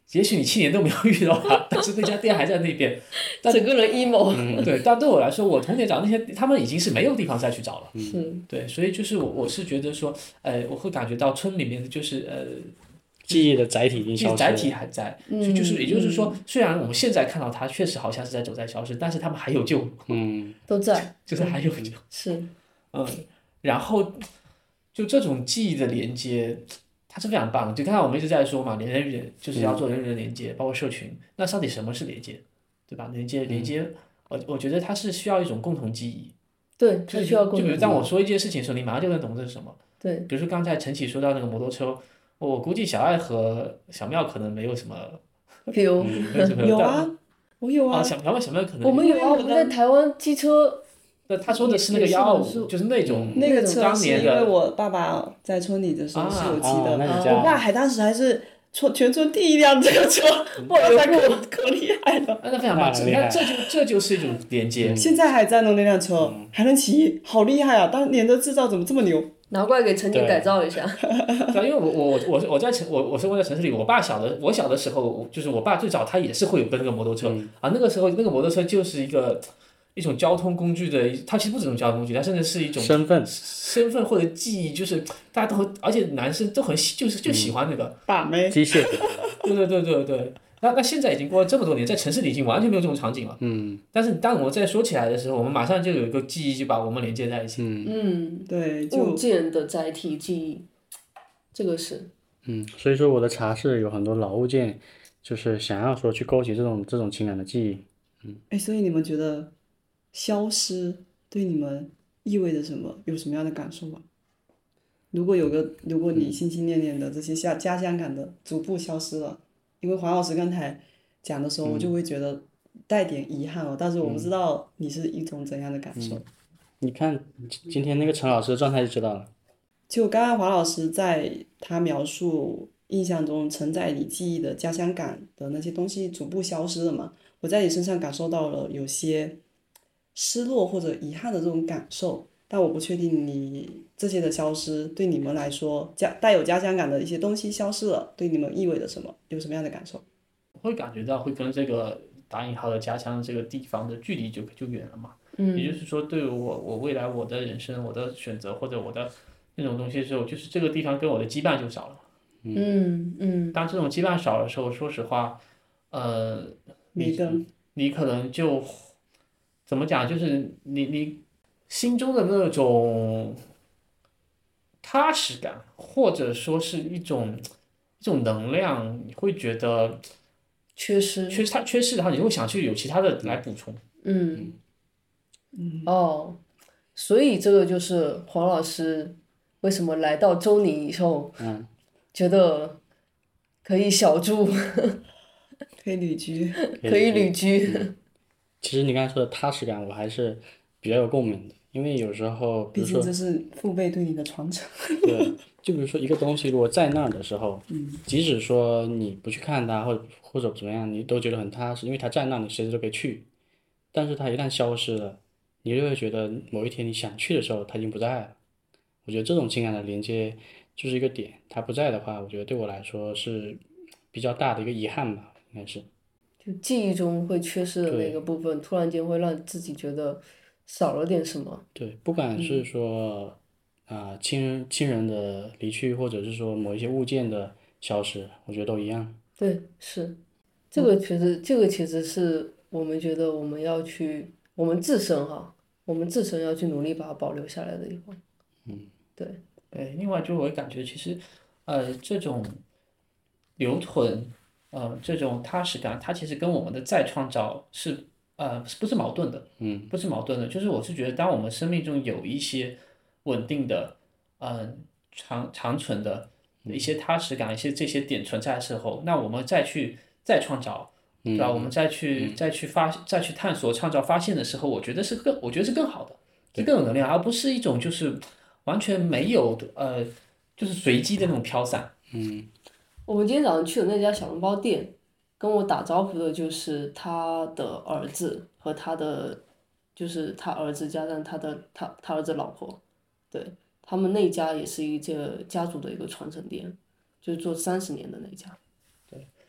也许你七年都没有遇到他，但是那家店还在那边，但整个人 emo，、 嗯对，但对我来说，我童年找那些，他们已经是没有地方再去找了。 是对，所以就是我我是觉得说，呃，我会感觉到村里面的就是呃， 记忆的载体已经消失了。 载体还在， 嗯就就是也就是说，虽然我们现在看到它确实好像是在走在消失，但是他们还有救， 嗯， 都在， 就是还有救， 是嗯，然后就这种记忆的连接。它是非常棒的，就刚才我们一直在说嘛，人与人就是要做人与人连接，包括社群。那到底什么是连接，对吧？连接连接，我我觉得它是需要一种共同记忆。 对，它需要共就比如同。 当我说一件事情的时候，你马上就能懂这是什么。 对， 比如说刚才陈启说到那个摩托车，我估计小爱和小妙可能没有什么， 比如没有什么有啊，我有啊， 啊， 小小妙小妙可能我们有啊，我们在台湾机车， 那他说的是那个也是幺二五， 很就是那种那个那种车是因当年的为我爸爸在村里的时候是有骑的， 啊那你我家爸还当时还是村全村第一辆这个车，哇塞，可可厉害了！ 啊，那非常棒， 那很厉害那这就这就是一种连接。 现在还在弄那辆车，还能骑，好厉害啊！当年的制造怎么这么牛？ 拿过来给陈景对改造一下。 对啊，因为我我我我在城我我生活在城市里，我爸小的我小的时候，就是我爸最早他也是会有个那个摩托车、啊，那个时候那个摩托车就是一个一种交通工具的，它其实不止一种交通工具，它甚至是一种身份身份或者记忆，就是大家都很，而且男生都很喜就是就喜欢那个， 把妹， 机械的， 对对对对对。那那现在已经过了这么多年，在城市里已经完全没有这种场景了。 嗯但是当我们再说起来的时候，我们马上就有一个记忆就把我们连接在一起。 嗯嗯， 对， 物就件的载体记忆，这个是嗯，所以说我的茶室有很多老物件，就是想要说去勾起这种这种情感的记忆。 哎，所以你们觉得消失对你们意味着什么？有什么样的感受吗？如果有个，如果你心心念念的这些家家乡感的逐步消失了，因为黄老师刚才讲的时候，我就会觉得带点遗憾哦，但是我不知道你是一种怎样的感受。 你看今今天那个陈老师的状态就知道了。 就刚刚黄老师在他描述印象中承载你记忆的家乡感的那些东西逐步消失了嘛，我在你身上感受到了有些失落或者遗憾的这种感受，但我不确定你这些的消失对你们来说家带有家乡感的一些东西消失了，对你们意味着什么？有什么样的感受？ 会感觉到会跟这个打引号的家乡这个地方的距离就就远了嘛。嗯，也就是说，对于我我未来我的人生、我的选择或者我的那种东西的时候，就是这个地方跟我的羁绊就少了。 嗯嗯， 当这种羁绊少的时候，说实话，呃， 每个你可能就怎么讲，就是你你心中的那种踏实感，或者说是一种一种能量，你会觉得缺失。 缺它缺失的话，你会想去有其他的来补充。 嗯嗯哦，所以这个就是黄老师为什么来到周宁以后， 嗯， 觉得可以小住， 可以旅居， 可以旅居。 其实你刚才说的踏实感，我还是比较有共鸣的，因为有时候，比如说， 毕竟这是父辈对你的传承。 对，就比如说一个东西如果在那儿的时候，嗯，即使说你不去看它，或者或者怎么样，你都觉得很踏实，因为它在那，你随时都可以去。但是它一旦消失了，你就会觉得某一天你想去的时候，它已经不在了。我觉得这种情感的连接就是一个点，它不在的话，我觉得对我来说是比较大的一个遗憾吧，应该是。 就记忆中会缺失的那个部分，突然间会让自己觉得少了点什么。 对，不管是说啊、呃亲人亲人的离去，或者是说某一些物件的消失，我觉得都一样。 对，是这个其实这个其实是我们觉得我们要去，我们自身哈，我们自身要去努力把它保留下来的地方。嗯，对。 对，另外就我感觉其实，呃，这种留存，呃，这种踏实感，它其实跟我们的再创造是呃不是矛盾的，嗯，不是矛盾的。就是我是觉得，当我们生命中有一些稳定的，嗯、长长存的一些踏实感，一些这些点存在的时候，那我们再去再创造，对吧？我们再去再去发再去探索、创造、发现的时候，我觉得是更，我觉得是更好的，是更有能量，而不是一种就是完全没有的，呃，就是随机的那种飘散。 我们今天早上去的那家小笼包店，跟我打招呼的就是他的儿子和他的，就是他儿子加上他的他他儿子老婆，对他们那家也是一个家族的一个传承店，就是做三十年的那家。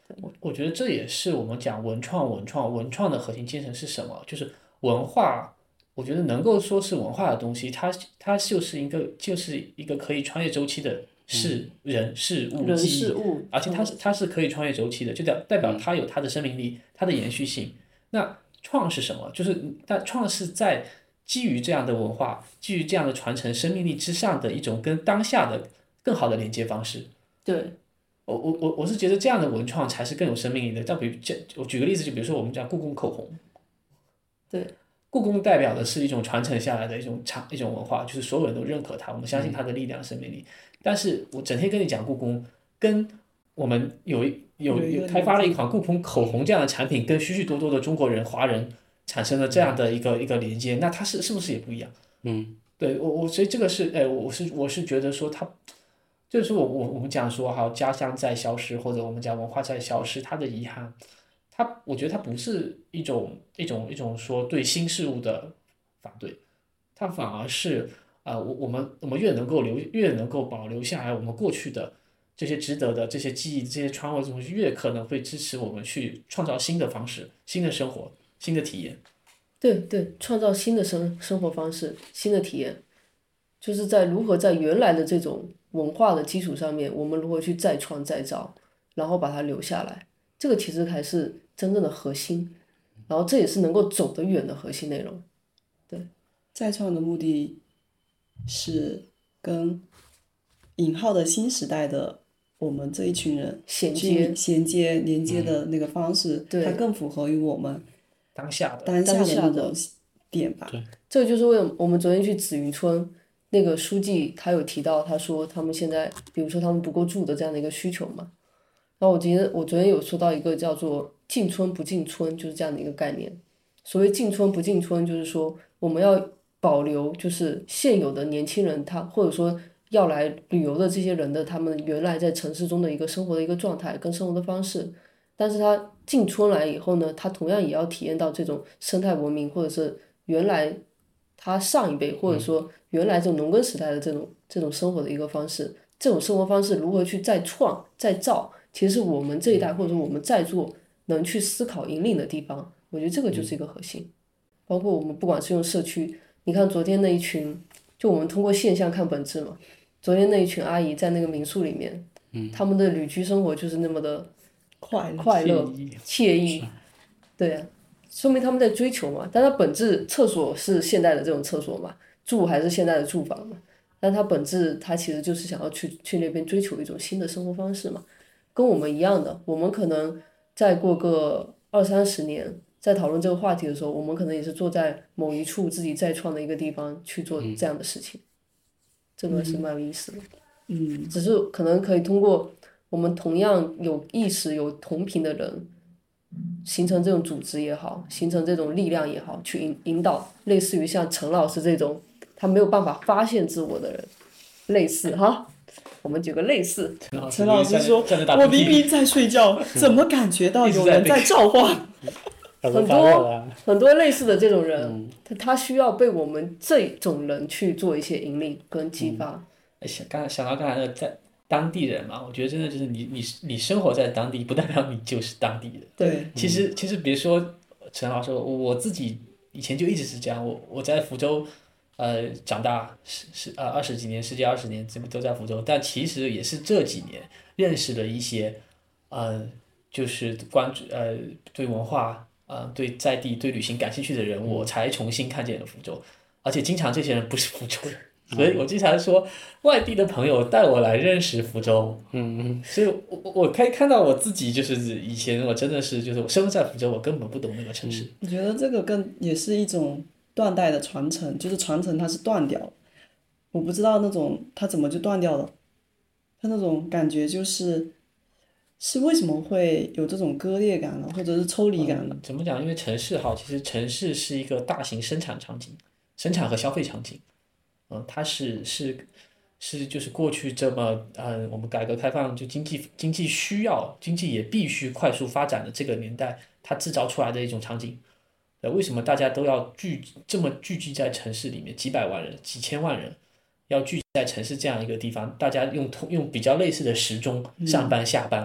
我我觉得这也是我们讲文创文创文创的核心精神是什么？就是文化。我觉得能够说是文化的东西，它它就是一个就是一个可以穿越周期的事、嗯、人事物人记忆， 事物， 而且它是它是可以穿越周期的，就代代表它有它的生命力，它的延续性。那创是什么？就是但创是在基于这样的文化，基于这样的传承生命力之上的一种跟当下的更好的连接方式。 对。 我我我我是觉得这样的文创才是更有生命力的。再比如，我举个例子，就比如说我们讲故宫口红， 对， 故宫代表的是一种传承下来的一种长一种文化，就是所有人都认可它，我们相信它的力量、生命力。但是我整天跟你讲故宫，跟我们有有有开发了一款故宫口红这样的产品，跟许许多多的中国人、华人产生了这样的一个一个连接，那它是是不是也不一样？ 嗯， 对我我所以这个是，哎，我是我是觉得说它。就是我我我们讲说哈，家乡在消失，或者我们讲文化在消失，它的遗憾，它我觉得它不是一种一种一种说对新事物的反对，它反而是啊、呃，我我们我们越能够留越能够保留下来我们过去的这些值得的这些记忆、这些传闻的东西，越可能会支持我们去创造新的方式、新的生活、新的体验。 对对，创造新的生生活方式、新的体验，就是在如何在原来的这种文化的基础上面，我们如何去再创再造，然后把它留下来，这个其实才是真正的核心，然后这也是能够走得远的核心内容。对， 再创的目的是跟引号的新时代的我们这一群人衔接、 衔接、连接的那个方式， 嗯、 它更符合于我们当下的当下的那种点吧。 对， 这就是为我们昨天去紫云村。那个书记他有提到，他说他们现在，比如说他们不够住的这样的一个需求嘛。然后我今天我昨天有说到一个叫做进村不进村，就是这样的一个概念。所谓进村不进村，就是说我们要保留就是现有的年轻人他或者说要来旅游的这些人的他们原来在城市中的一个生活的一个状态跟生活的方式，但是他进村来以后呢，他同样也要体验到这种生态文明或者是原来他上一辈或者说原来这种农耕时代的这种这种生活的一个方式，这种生活方式如何去再创再造，其实是我们这一代或者说我们在座能去思考引领的地方，我觉得这个就是一个核心。包括我们不管是用社区，你看昨天那一群，就我们通过现象看本质嘛，昨天那一群阿姨在那个民宿里面，嗯，他们的旅居生活就是那么的快乐快乐惬意，对啊，说明他们在追求嘛，但它本质厕所是现代的这种厕所嘛，住还是现代的住房嘛，但它本质它其实就是想要去去那边追求一种新的生活方式嘛，跟我们一样的，我们可能再过个二三十年，在讨论这个话题的时候，我们可能也是坐在某一处自己再创的一个地方去做这样的事情，这个是蛮有意思的。 嗯， 只是可能可以通过我们同样有意识、有同频的人，形成这种组织也好，形成这种力量也好，去引引导，类似于像陈老师这种他没有办法发现自我的人，类似哈。我们举个类似， 陈老师说：“我明明在睡觉，怎么感觉到有人在召唤？” 很多很多类似的这种人，嗯、他他需要被我们这种人去做一些引领跟激发。 嗯、想刚才想到刚才那个在当地人嘛，我觉得真的就是你你你生活在当地，不代表你就是当地人。 对， 其实其实别说陈老师，我自己以前就一直是这样，我我在福州。呃，长大十十呃二十几年，十几二十年，这都在福州。但其实也是这几年认识了一些，呃，就是关注呃对文化呃对在地对旅行感兴趣的人，我才重新看见了福州。而且经常这些人不是福州人，所以我经常说外地的朋友带我来认识福州。 嗯嗯。 所以我我可以看到我自己，就是以前我真的是就是我生活在福州，我根本不懂那个城市。 我觉得这个更也是一种。断代的传承，就是传承它是断掉了，我不知道那种它怎么就断掉了，它那种感觉就是是为什么会有这种割裂感了，或者是抽离感了、 嗯、怎么讲？因为城市哈，其实城市是一个大型生产场景，生产和消费场景，嗯，它是是是就是过去这么呃，我们改革开放就经济经济需要，经济也必须快速发展的这个年代，它制造出来的一种场景。呃，为什么大家都要聚这么聚集在城市里面？几百万人、几千万人要聚集在城市这样一个地方，大家用同用比较类似的时钟上班下班，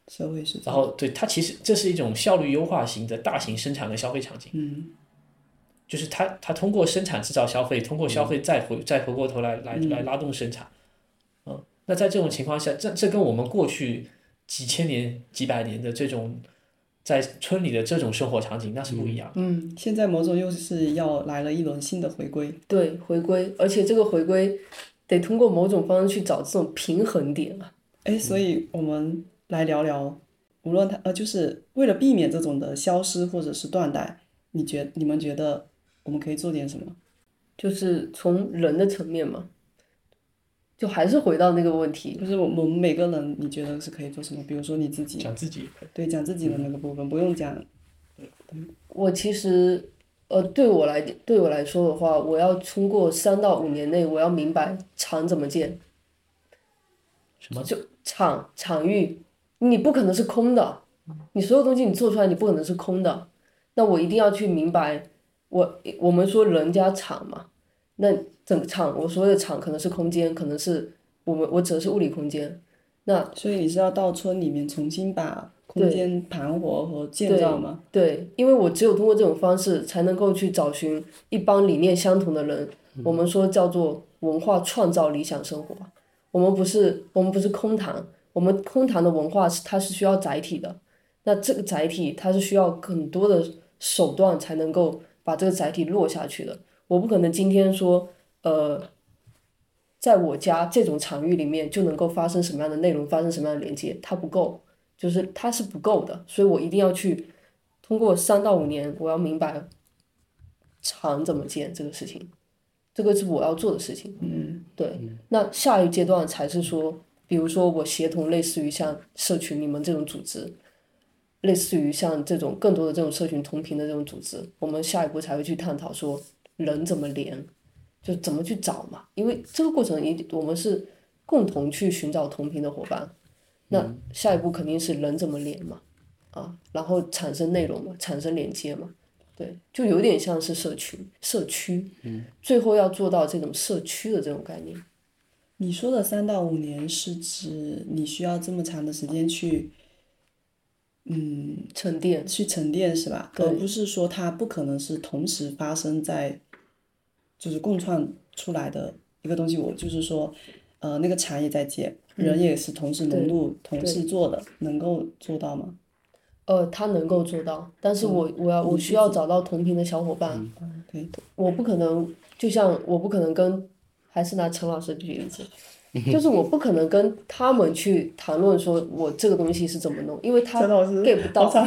社会是这样。 然后对它其实这是一种效率优化型的大型生产的消费场景。 嗯， 就是它它通过生产制造消费，通过消费再回、再回过头来来来拉动生产。嗯，那在这种情况下，这这跟我们过去几千年、几百年的这种在村里的这种生活场景那是不一样的。 嗯，现在某种又是要来了一轮新的回归。 对，回归，而且这个回归得通过某种方式去找这种平衡点啊。 哎，所以我们来聊聊，无论它呃，就是为了避免这种的消失或者是断代，你觉你们觉得我们可以做点什么？ 就是从人的层面嘛，就还是回到那个问题， 就是我们每个人，你觉得是可以做什么？比如说你自己， 讲自己， 对，讲自己的那个部分，不用讲。 我其实，呃，对我来对我来说的话，我要通过三到五年内，我要明白厂怎么建。 什么？ 就场场域，你不可能是空的，你所有东西你做出来，你不可能是空的。那我一定要去明白，我我们说人加场嘛，那整个场，我所谓的场可能是空间，可能是我们我指的是物理空间。那所以你是要到村里面重新把空间盘活和建造吗？ 对，因为我只有通过这种方式，才能够去找寻一帮理念相同的人。我们说叫做文化创造理想生活。我们不是我们不是空谈，我们空谈的文化是它是需要载体的。那这个载体它是需要很多的手段才能够把这个载体落下去的。我不可能今天说，呃，在我家这种场域里面就能够发生什么样的内容，发生什么样的连接，它不够，就是它是不够的。所以我一定要去通过三到五年，我要明白场怎么建这个事情。这个是我要做的事情，嗯，对。那下一阶段才是说，比如说我协同类似于像社群你们这种组织，类似于像这种更多的这种社群同频的这种组织，我们下一步才会去探讨说人怎么连，就怎么去找嘛。因为这个过程一我们是共同去寻找同频的伙伴，那下一步肯定是人怎么连嘛，啊，然后产生内容嘛，产生连接嘛。对，就有点像是社群、社区，嗯，最后要做到这种社区的这种概念。 你说的三到五年是指你需要这么长的时间去，嗯， 沉淀， 去沉淀是吧？ 对而不是说它不可能是同时发生在，就是共创出来的一个东西。我就是说，呃，那个产也在建，人也是同时融入、同时做的，能够做到吗？ 呃，他能够做到，但是我我要我需要找到同频的小伙伴， 对， 我不可能，就像我不可能跟，还是拿陈老师举例子，就是我不可能跟他们去谈论说我这个东西是怎么弄，因为他 get 不到，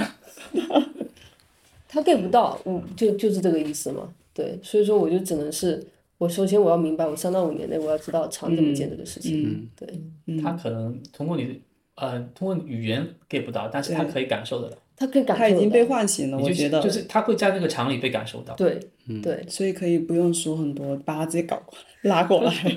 他 get 不到，嗯，就就是这个意思嘛，对，所以说我就只能是，我首先我要明白，我三到五年内我要知道厂怎么建这个事情， 嗯对， 他可能通过你的呃通过语言 get 不到，但是他可以感受得到。 他可以感受到， 他已经被唤醒了， 你就我觉得就是他会在那个场里被感受到。 对，对， 所以可以不用说很多，把他直接搞过来拉过来。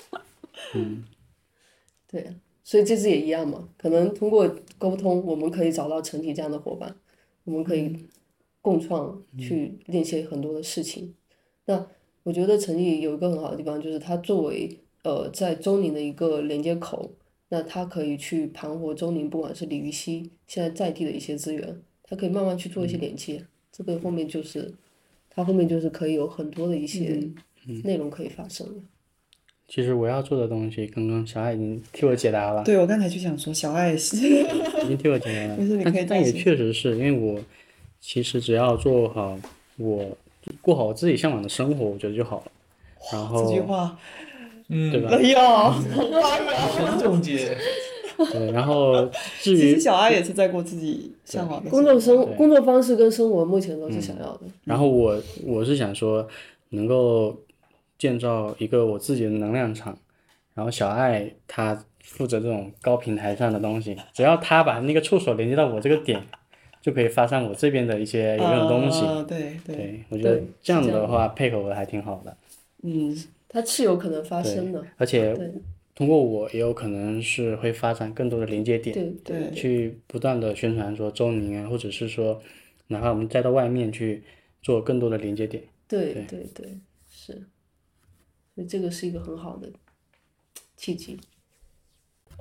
对，所以这次也一样嘛，可能通过沟通，我们可以找到陈体这样的伙伴，我们可以共创去练习很多的事情。那我觉得陈体有一个很好的地方，就是它作为呃在周宁的一个连接口，那它可以去盘活周宁，不管是鲤鱼溪现在在地的一些资源，它可以慢慢去做一些连接。这个后面就是它后面就是可以有很多的一些内容可以发生了。 其实我要做的东西，刚刚小爱已经替我解答了， 对，我刚才就想说，小爱也是， 已经替我解答了。 没事，你可以但但也再说确实是因为我其实只要做好我过好我自己向往的生活，我觉得就好了。然后这句话， 嗯， 对吧？ 哎呀， 很总结。 对，然后至于其实小爱也是在过自己向往的工作生活。 生工作方式跟生活目前都是想要的。 然后我我是想说，能够建造一个我自己的能量场，然后小爱她负责这种高平台上的东西，只要她把那个触手连接到我这个点，就可以发散我这边的一些有用的东西。 呃、对对， 对，我觉得对这样是这样的话配合的还挺好的。 嗯， 它是有可能发生的。 而且对通过我也有可能是会发展更多的连接点， 对对去不断的宣传说周宁啊，或者是说哪怕我们再到外面去做更多的连接点。 对对对，是，所以这个是一个很好的契机。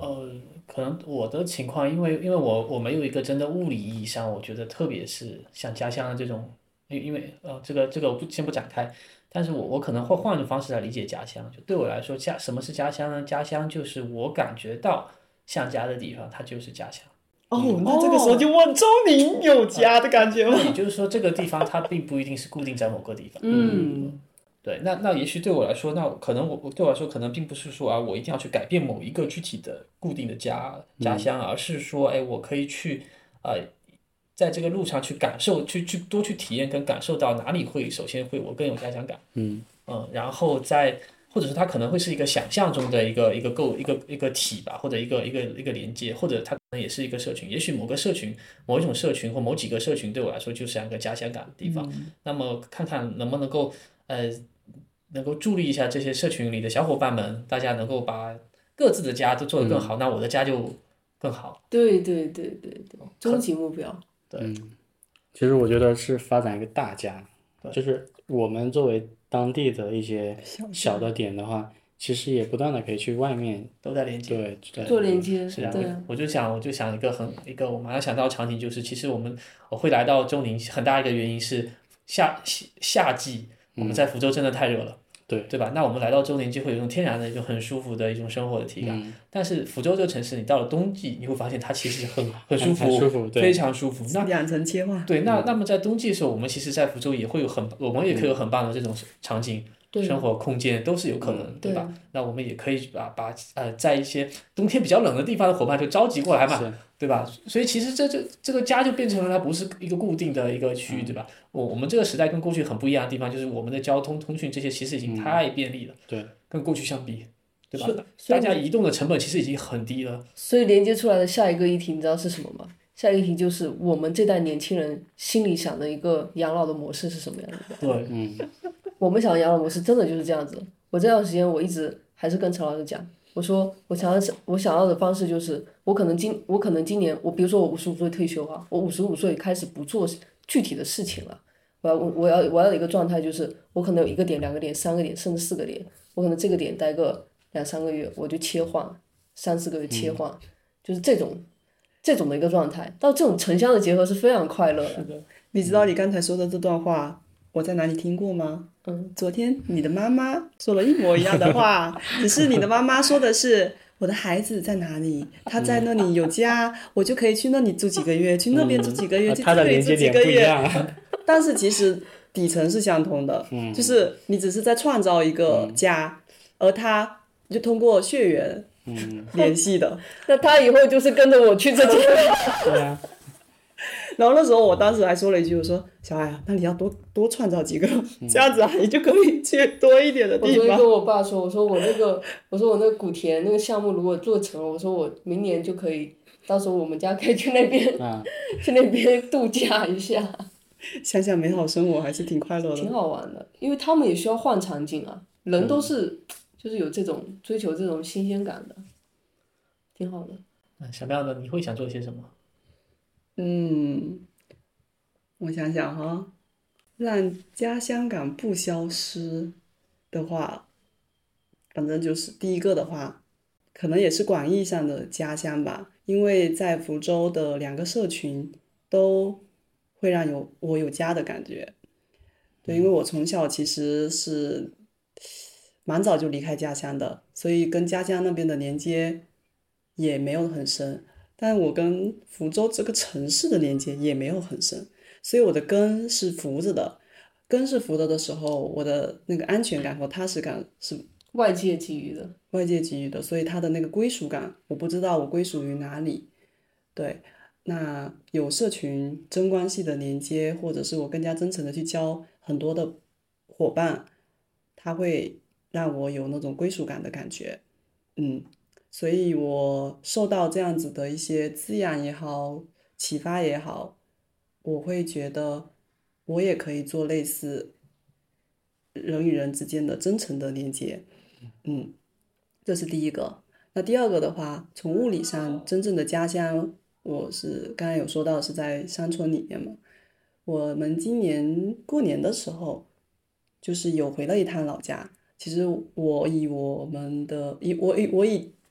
呃，可能我的情况，因为因为我我没有一个真的物理意义上，我觉得特别是像家乡的这种，因因为呃，这个这个我不先不展开，但是我我可能会换一种方式来理解家乡。就对我来说，家什么是家乡呢？家乡就是我感觉到像家的地方，它就是家乡。 哦，那这个时候就问周宁有家的感觉吗？ 也就是说，这个地方它并不一定是固定在某个地方。 嗯， 对，那那也许对我来说，那可能我我对我来说，可能并不是说啊，我一定要去改变某一个具体的固定的家家乡，而是说，哎，我可以去呃，在这个路上去感受，去去多去体验跟感受到哪里会首先会我更有家乡感。 嗯嗯，然后再或者是它可能会是一个想象中的一个一个构一个一个体吧，或者一个一个一个连接，或者它可能也是一个社群，也许某个社群某一种社群或某几个社群对我来说就是像一个家乡感的地方。那么看看能不能够呃能够助力一下这些社群里的小伙伴们，大家能够把各自的家都做得更好，那我的家就更好。 对对对对对，终极目标。 对， 其实我觉得是发展一个大家，就是我们作为当地的一些小的点的话，其实也不断的可以去外面都在连接。 对对做连接， 是啊， 对我我就想，我就想一个很一个我马上想到的场景，就是其实我们我会来到周宁，很大一个原因是夏夏夏季我们在福州真的太热了。 对对吧？那我们来到周宁就会有一种天然的一种很舒服的一种生活的体感。嗯、但是福州这个城市，你到了冬季，你会发现它其实很很舒服， 很舒服， 非常舒服。那两层切换。 对，那那么在冬季的时候，我们其实，在福州也会有很，我们也可以有很棒的这种场景。生活空间都是有可能， 嗯、 对吧？那我们也可以把把呃，在一些冬天比较冷的地方的伙伴就召集过来嘛，对吧？所以其实这这这个家就变成了它不是一个固定的一个区域，对吧？我我们这个时代跟过去很不一样的地方，就是我们的交通通讯这些其实已经太便利了， 嗯、对， 跟过去相比，对吧？大家移动的成本其实已经很低了。 所以连接出来的下一个议题，你知道是什么吗？下一个议题就是我们这代年轻人心里想的一个养老的模式是什么样的？ 对， 嗯。 我们想的养老模式真的就是这样子。我这段时间我一直还是跟陈老师讲，我说我想要我想要的方式就是，我可能今我可能今年我比如说我五十五岁退休哈，我五十五岁开始不做具体的事情了，我要我要我要有一个状态就是，我可能有一个点、两个点、三个点，甚至四个点，我可能这个点待个两三个月，我就切换，三四个月切换，嗯、就是这种这种的一个状态。到这种城乡的结合是非常快乐的。 是的， 你知道你刚才说的这段话，我在哪里听过吗？ 嗯， 昨天你的妈妈说了一模一样的话，只是你的妈妈说的是我的孩子在哪里，他在那里有家，嗯、我就可以去那里住几个月，去那边住几个月， 嗯、 去这里住几个月。 但是其实底层是相同的， 嗯、 就是你只是在创造一个家，嗯、而他就通过血缘联系的。 那他以后就是跟着我去这些。 对啊。 然后那时候我当时还说了一句，我说小艾啊，那你要多多创造几个，嗯、这样子啊，你就可以去多一点的地方。 我昨天跟我爸说，我说我那个，我说我那个古田那个项目如果做成了，我说我明年就可以，到时候我们家可以去那边， 啊、 去那边度假一下。 想想美好生活还是挺快乐的。 挺好玩的，因为他们也需要换场景啊，人都是、嗯、就是有这种追求这种新鲜感的，挺好的。 嗯，小妙的，你会想做些什么？ 嗯，我想想哈，让家乡感不消失的话，反正就是第一个的话，可能也是广义上的家乡吧，因为在福州的两个社群都会让有我有家的感觉。对，因为我从小其实是蛮早就离开家乡的，所以跟家乡那边的连接也没有很深。但我跟福州这个城市的连接也没有很深，所以我的根是浮着的，根是浮着的时候，我的那个安全感和踏实感是外界给予的， 外界给予的，所以它的那个归属感，我不知道我归属于哪里。对，那有社群真关系的连接，或者是我更加真诚的去交很多的伙伴，它会让我有那种归属感的感觉，嗯。所以我受到这样子的一些滋养也好，启发也好，我会觉得我也可以做类似人与人之间的真诚的连接，嗯，这是第一个。那第二个的话，从物理上真正的家乡，我是刚才有说到是在山村里面嘛，我们今年过年的时候就是有回了一趟老家。其实我以我们的以我以我以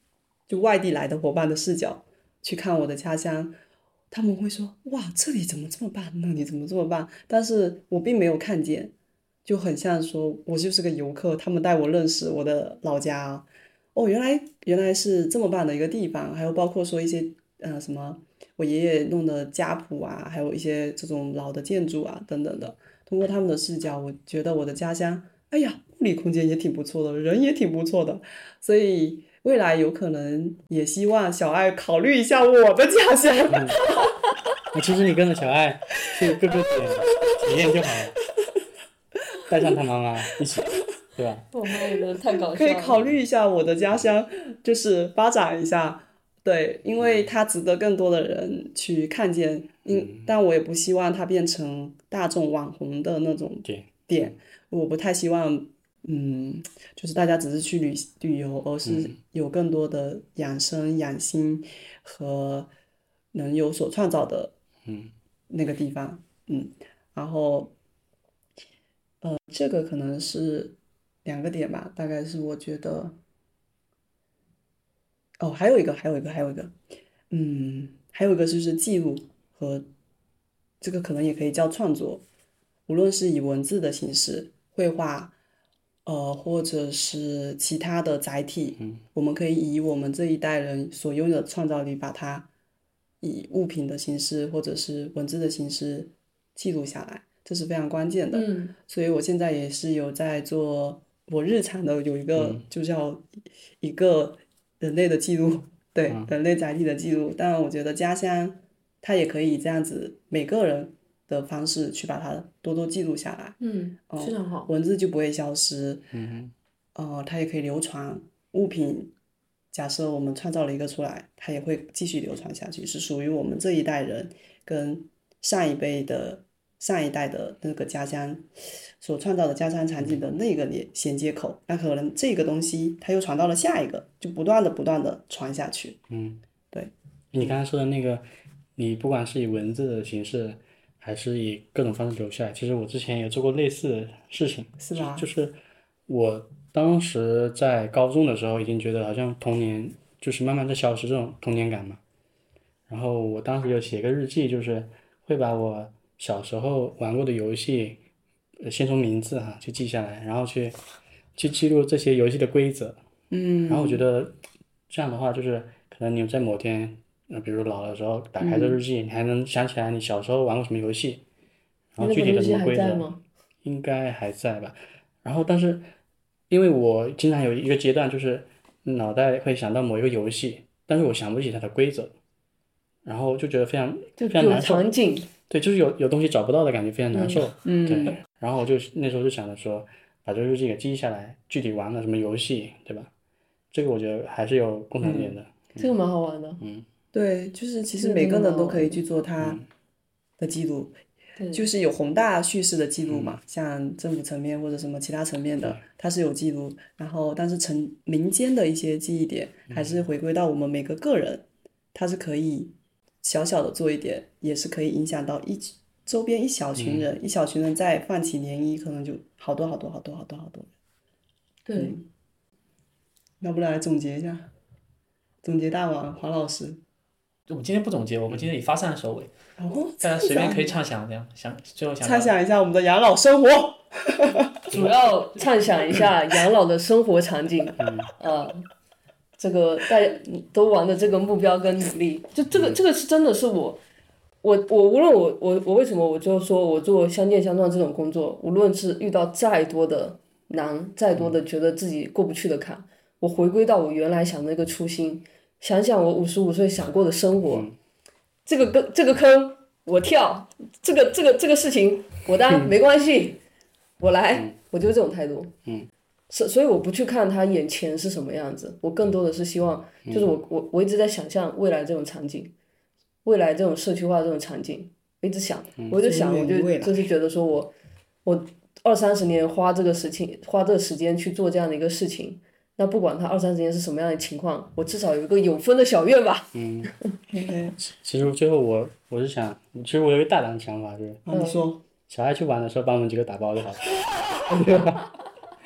就外地来的伙伴的视角去看我的家乡，他们会说哇这里怎么这么棒，那里怎么这么棒，但是我并没有看见，就很像说我就是个游客，他们带我认识我的老家，哦原来原来是这么棒的一个地方，还有包括说一些呃什么我爷爷弄的家谱啊，还有一些这种老的建筑啊等等的，通过他们的视角，我觉得我的家乡哎呀物理空间也挺不错的，人也挺不错的，所以未来有可能也希望小爱考虑一下我的家乡。 嗯，那其实你跟着小爱去各个点体验就好了，带上他妈妈一起，对吧？ 我妈也觉得太搞笑了。 可以考虑一下我的家乡，就是发展一下，对，因为它值得更多的人去看见，因但我也不希望它变成大众网红的那种对点，我不太希望，嗯，就是大家只是去旅旅游，而是有更多的养生养心和能有所创造的那个地方，嗯，然后。呃，这个可能是两个点吧，大概是我觉得，哦，还有一个，还有一个，还有一个，嗯，还有一个就是记录和这个可能也可以叫创作，无论是以文字的形式，绘画，呃，或者是其他的载体，我们可以以我们这一代人所拥有的创造力，把它以物品的形式或者是文字的形式记录下来。这是非常关键的， 嗯， 所以我现在也是有在做我日常的有一个、 嗯、 就叫一个人类的记录，对、嗯、人类载体的记录。但我觉得家乡它也可以这样子，每个人的方式去把它多多记录下来， 嗯，非常好， 文字就不会消失， 嗯， 呃，它也可以流传。物品，假设我们创造了一个出来，它也会继续流传下去，是属于我们这一代人跟上一辈的。上一代的那个家乡所创造的家乡场景的那个连衔接口，那可能这个东西它又传到了下一个，就不断的不断的传下去。 嗯， 对。 你刚才说的那个，你不管是以文字的形式，还是以各种方式留下来，其实我之前也做过类似的事情， 是吧？ 就就是我当时在高中的时候，已经觉得好像童年就是慢慢在消失这种童年感嘛。然后我当时就写个日记，就是会把我小时候玩过的游戏，先从名字哈去记下来，然后去去记录这些游戏的规则。 嗯。 然后我觉得这样的话，就是可能你在某天，呃，比如老的时候打开这日记，嗯、你还能想起来你小时候玩过什么游戏，然后具体的什么规则，应该还在吧。然后但是因为我经常有一个阶段，就是脑袋会想到某一个游戏，但是我想不起它的规则，然后就觉得非常就非常难受。 场景。 对，就是有有东西找不到的感觉，非常难受。 嗯， 对。然后我就那时候就想着说，把这个日记给记下来，具体玩了什么游戏，对吧？这个我觉得还是有共同点的。 嗯、这个蛮好玩的。 嗯， 对，就是其实每个人都可以去做他的记录， 嗯、 就是有宏大叙事的记录嘛，嗯、像政府层面或者什么其他层面的，它是有记录。然后，但是城民间的一些记忆点，还是回归到我们每个个人，它是可以。小小的做一点，也是可以影响到一周边一小群人，嗯、一小群人再泛起涟漪，可能就好多好多好多好多好多人。 对、 嗯，要不来总结一下，总结大王黄老师。 我们今天不总结，我们今天以发散收尾。 哦， 大家随便可以畅想，这样想最后想畅想一下我们的养老生活。 主要畅想一下养老的生活场景， 嗯、 啊。这个大家都玩的这个目标跟努力，就这个这个是真的是我，我我无论我我我为什么我就说我做相见相撞这种工作，无论是遇到再多的难，再多的觉得自己过不去的坎，我回归到我原来想的那个初心，想想我五十五岁想过的生活， 嗯、 这个坑这个坑我跳，这个这个这个事情我当没关系，我来， 嗯、 我就是这种态度。 嗯。 所所以我不去看他眼前是什么样子，我更多的是希望，就是我我我一直在想象未来这种场景，未来这种社区化这种场景，我一直想，我就想，我就就是觉得说我我二三十年花这个事情，花这个时间去做这样的一个事情，那不管他二三十年是什么样的情况，我至少有一个有分的小院吧。 嗯，其实最后我我是想，其实我有一个大胆的想法，就是， 你说， 小爱去玩的时候，帮我们几个打包就好了。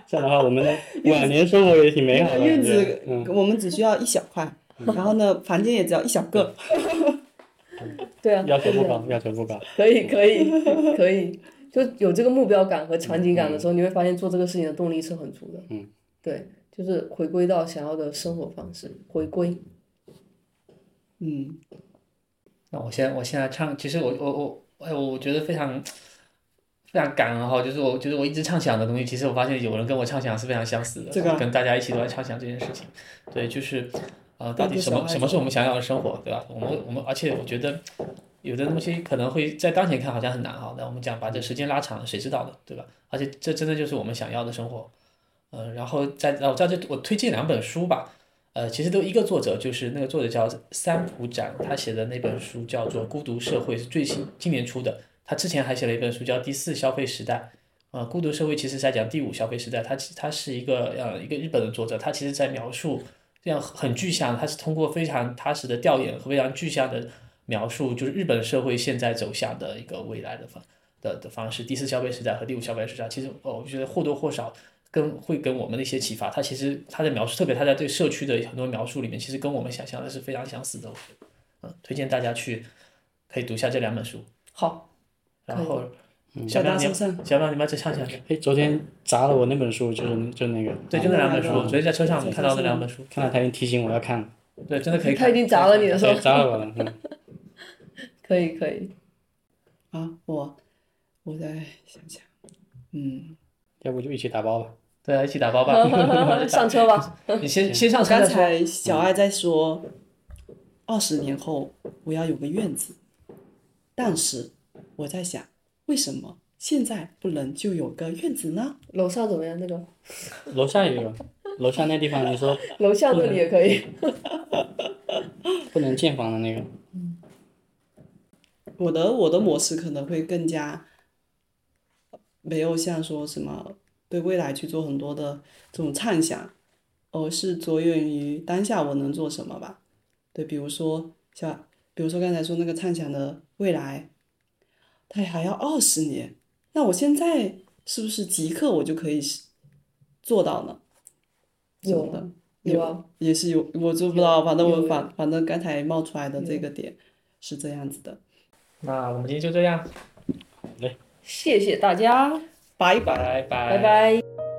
这样的话，我们的晚年生活也挺美好的。 院子、 嗯、 我们只需要一小块，嗯、然后呢，房间也只要一小个。 对啊， 要求不高，要求不高。 可以可以可以，就有这个目标感和场景感的时候，嗯、你会发现做这个事情的动力是很足的。 嗯， 对，就是回归到想要的生活方式，回归。 嗯， 那我现在我现在唱，其实我我我哎，我觉得非常非常感恩哈，就是我就是我一直畅想的东西，其实我发现有人跟我畅想是非常相似的， 这个跟大家一起都在畅想这件事情。对，就是呃，到底什么什么是我们想要的生活，对吧？我们我们，而且我觉得有的东西可能会在当前看好像很难哈，那我们讲把这时间拉长，谁知道的，对吧？而且这真的就是我们想要的生活。嗯、呃，然后在然后在这我推荐两本书吧。呃，其实都一个作者，就是那个作者叫三浦展，他写的那本书叫做《孤独社会》，是最新今年出的。他之前还写了一本书叫《第四消费时代》。呃，孤独社会其实是在讲第五消费时代。他他是一个呃一个日本的作者，他其实在描述这样很具象，他是通过非常踏实的调研和非常具象的描述，就是日本社会现在走向的一个未来的方的的方式。第四消费时代和第五消费时代，其实哦，我觉得或多或少。跟会跟我们的一些启发，他其实他的描述，特别他在对社区的很多描述里面，其实跟我们想象的是非常相似的。我觉得，嗯，推荐大家去可以读一下这两本书。 好， 然后嗯、 小亮你，小亮你们再唱唱。 哎，昨天砸了我那本书，就是就那个。 对，就那两本书。昨天在车上看到那两本书， 看到他已经提醒我要看了。 对，真的可以看。 他已经砸了你的时候。 对，砸了我了。嗯、 可以可以。 啊，我我再想想，嗯。 要不就一起打包吧。 对啊，一起打包吧。 上车吧。 你先先上车。 刚才小爱在说，二十年后我要有个院子，但是我在想，为什么现在不能就有个院子呢？ 楼上怎么样？那个？ 楼下也有，楼下那地方你说。 楼下那里也可以。 不能建房的那个。 嗯。我的我的模式可能会更加。没有像说什么对未来去做很多的这种畅想，而是着眼于当下我能做什么吧。对，比如说像，比如说刚才说那个畅想的未来，它还要二十年，那我现在是不是即刻我就可以做到呢？ 有的，有啊， 也是有，我就不知道，反正我反反正刚才冒出来的这个点是这样子的。 那我们今天就这样。 好嘞。 谢谢大家， 拜拜拜拜。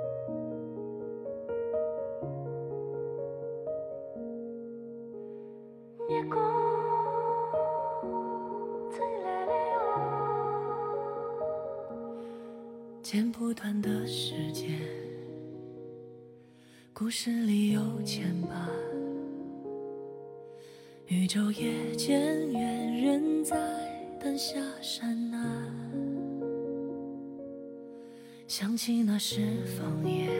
剪不断的时间，故事里有牵绊，宇宙也渐远，人在灯下山南。想起那时方言，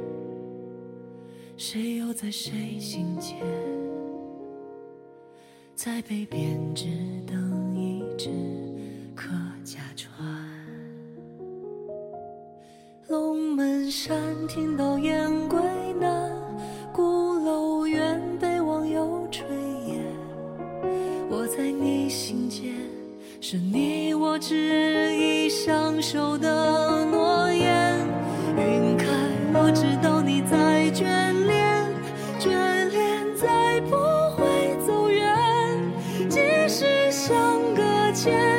谁又在谁心间，在北边只等一只客家船。龙门山听到雁归南，鼓楼远被网友吹烟。我在你心间，是你我执意相守的诺言。云开，我知道你在眷恋，眷恋再不会走远，即使相隔千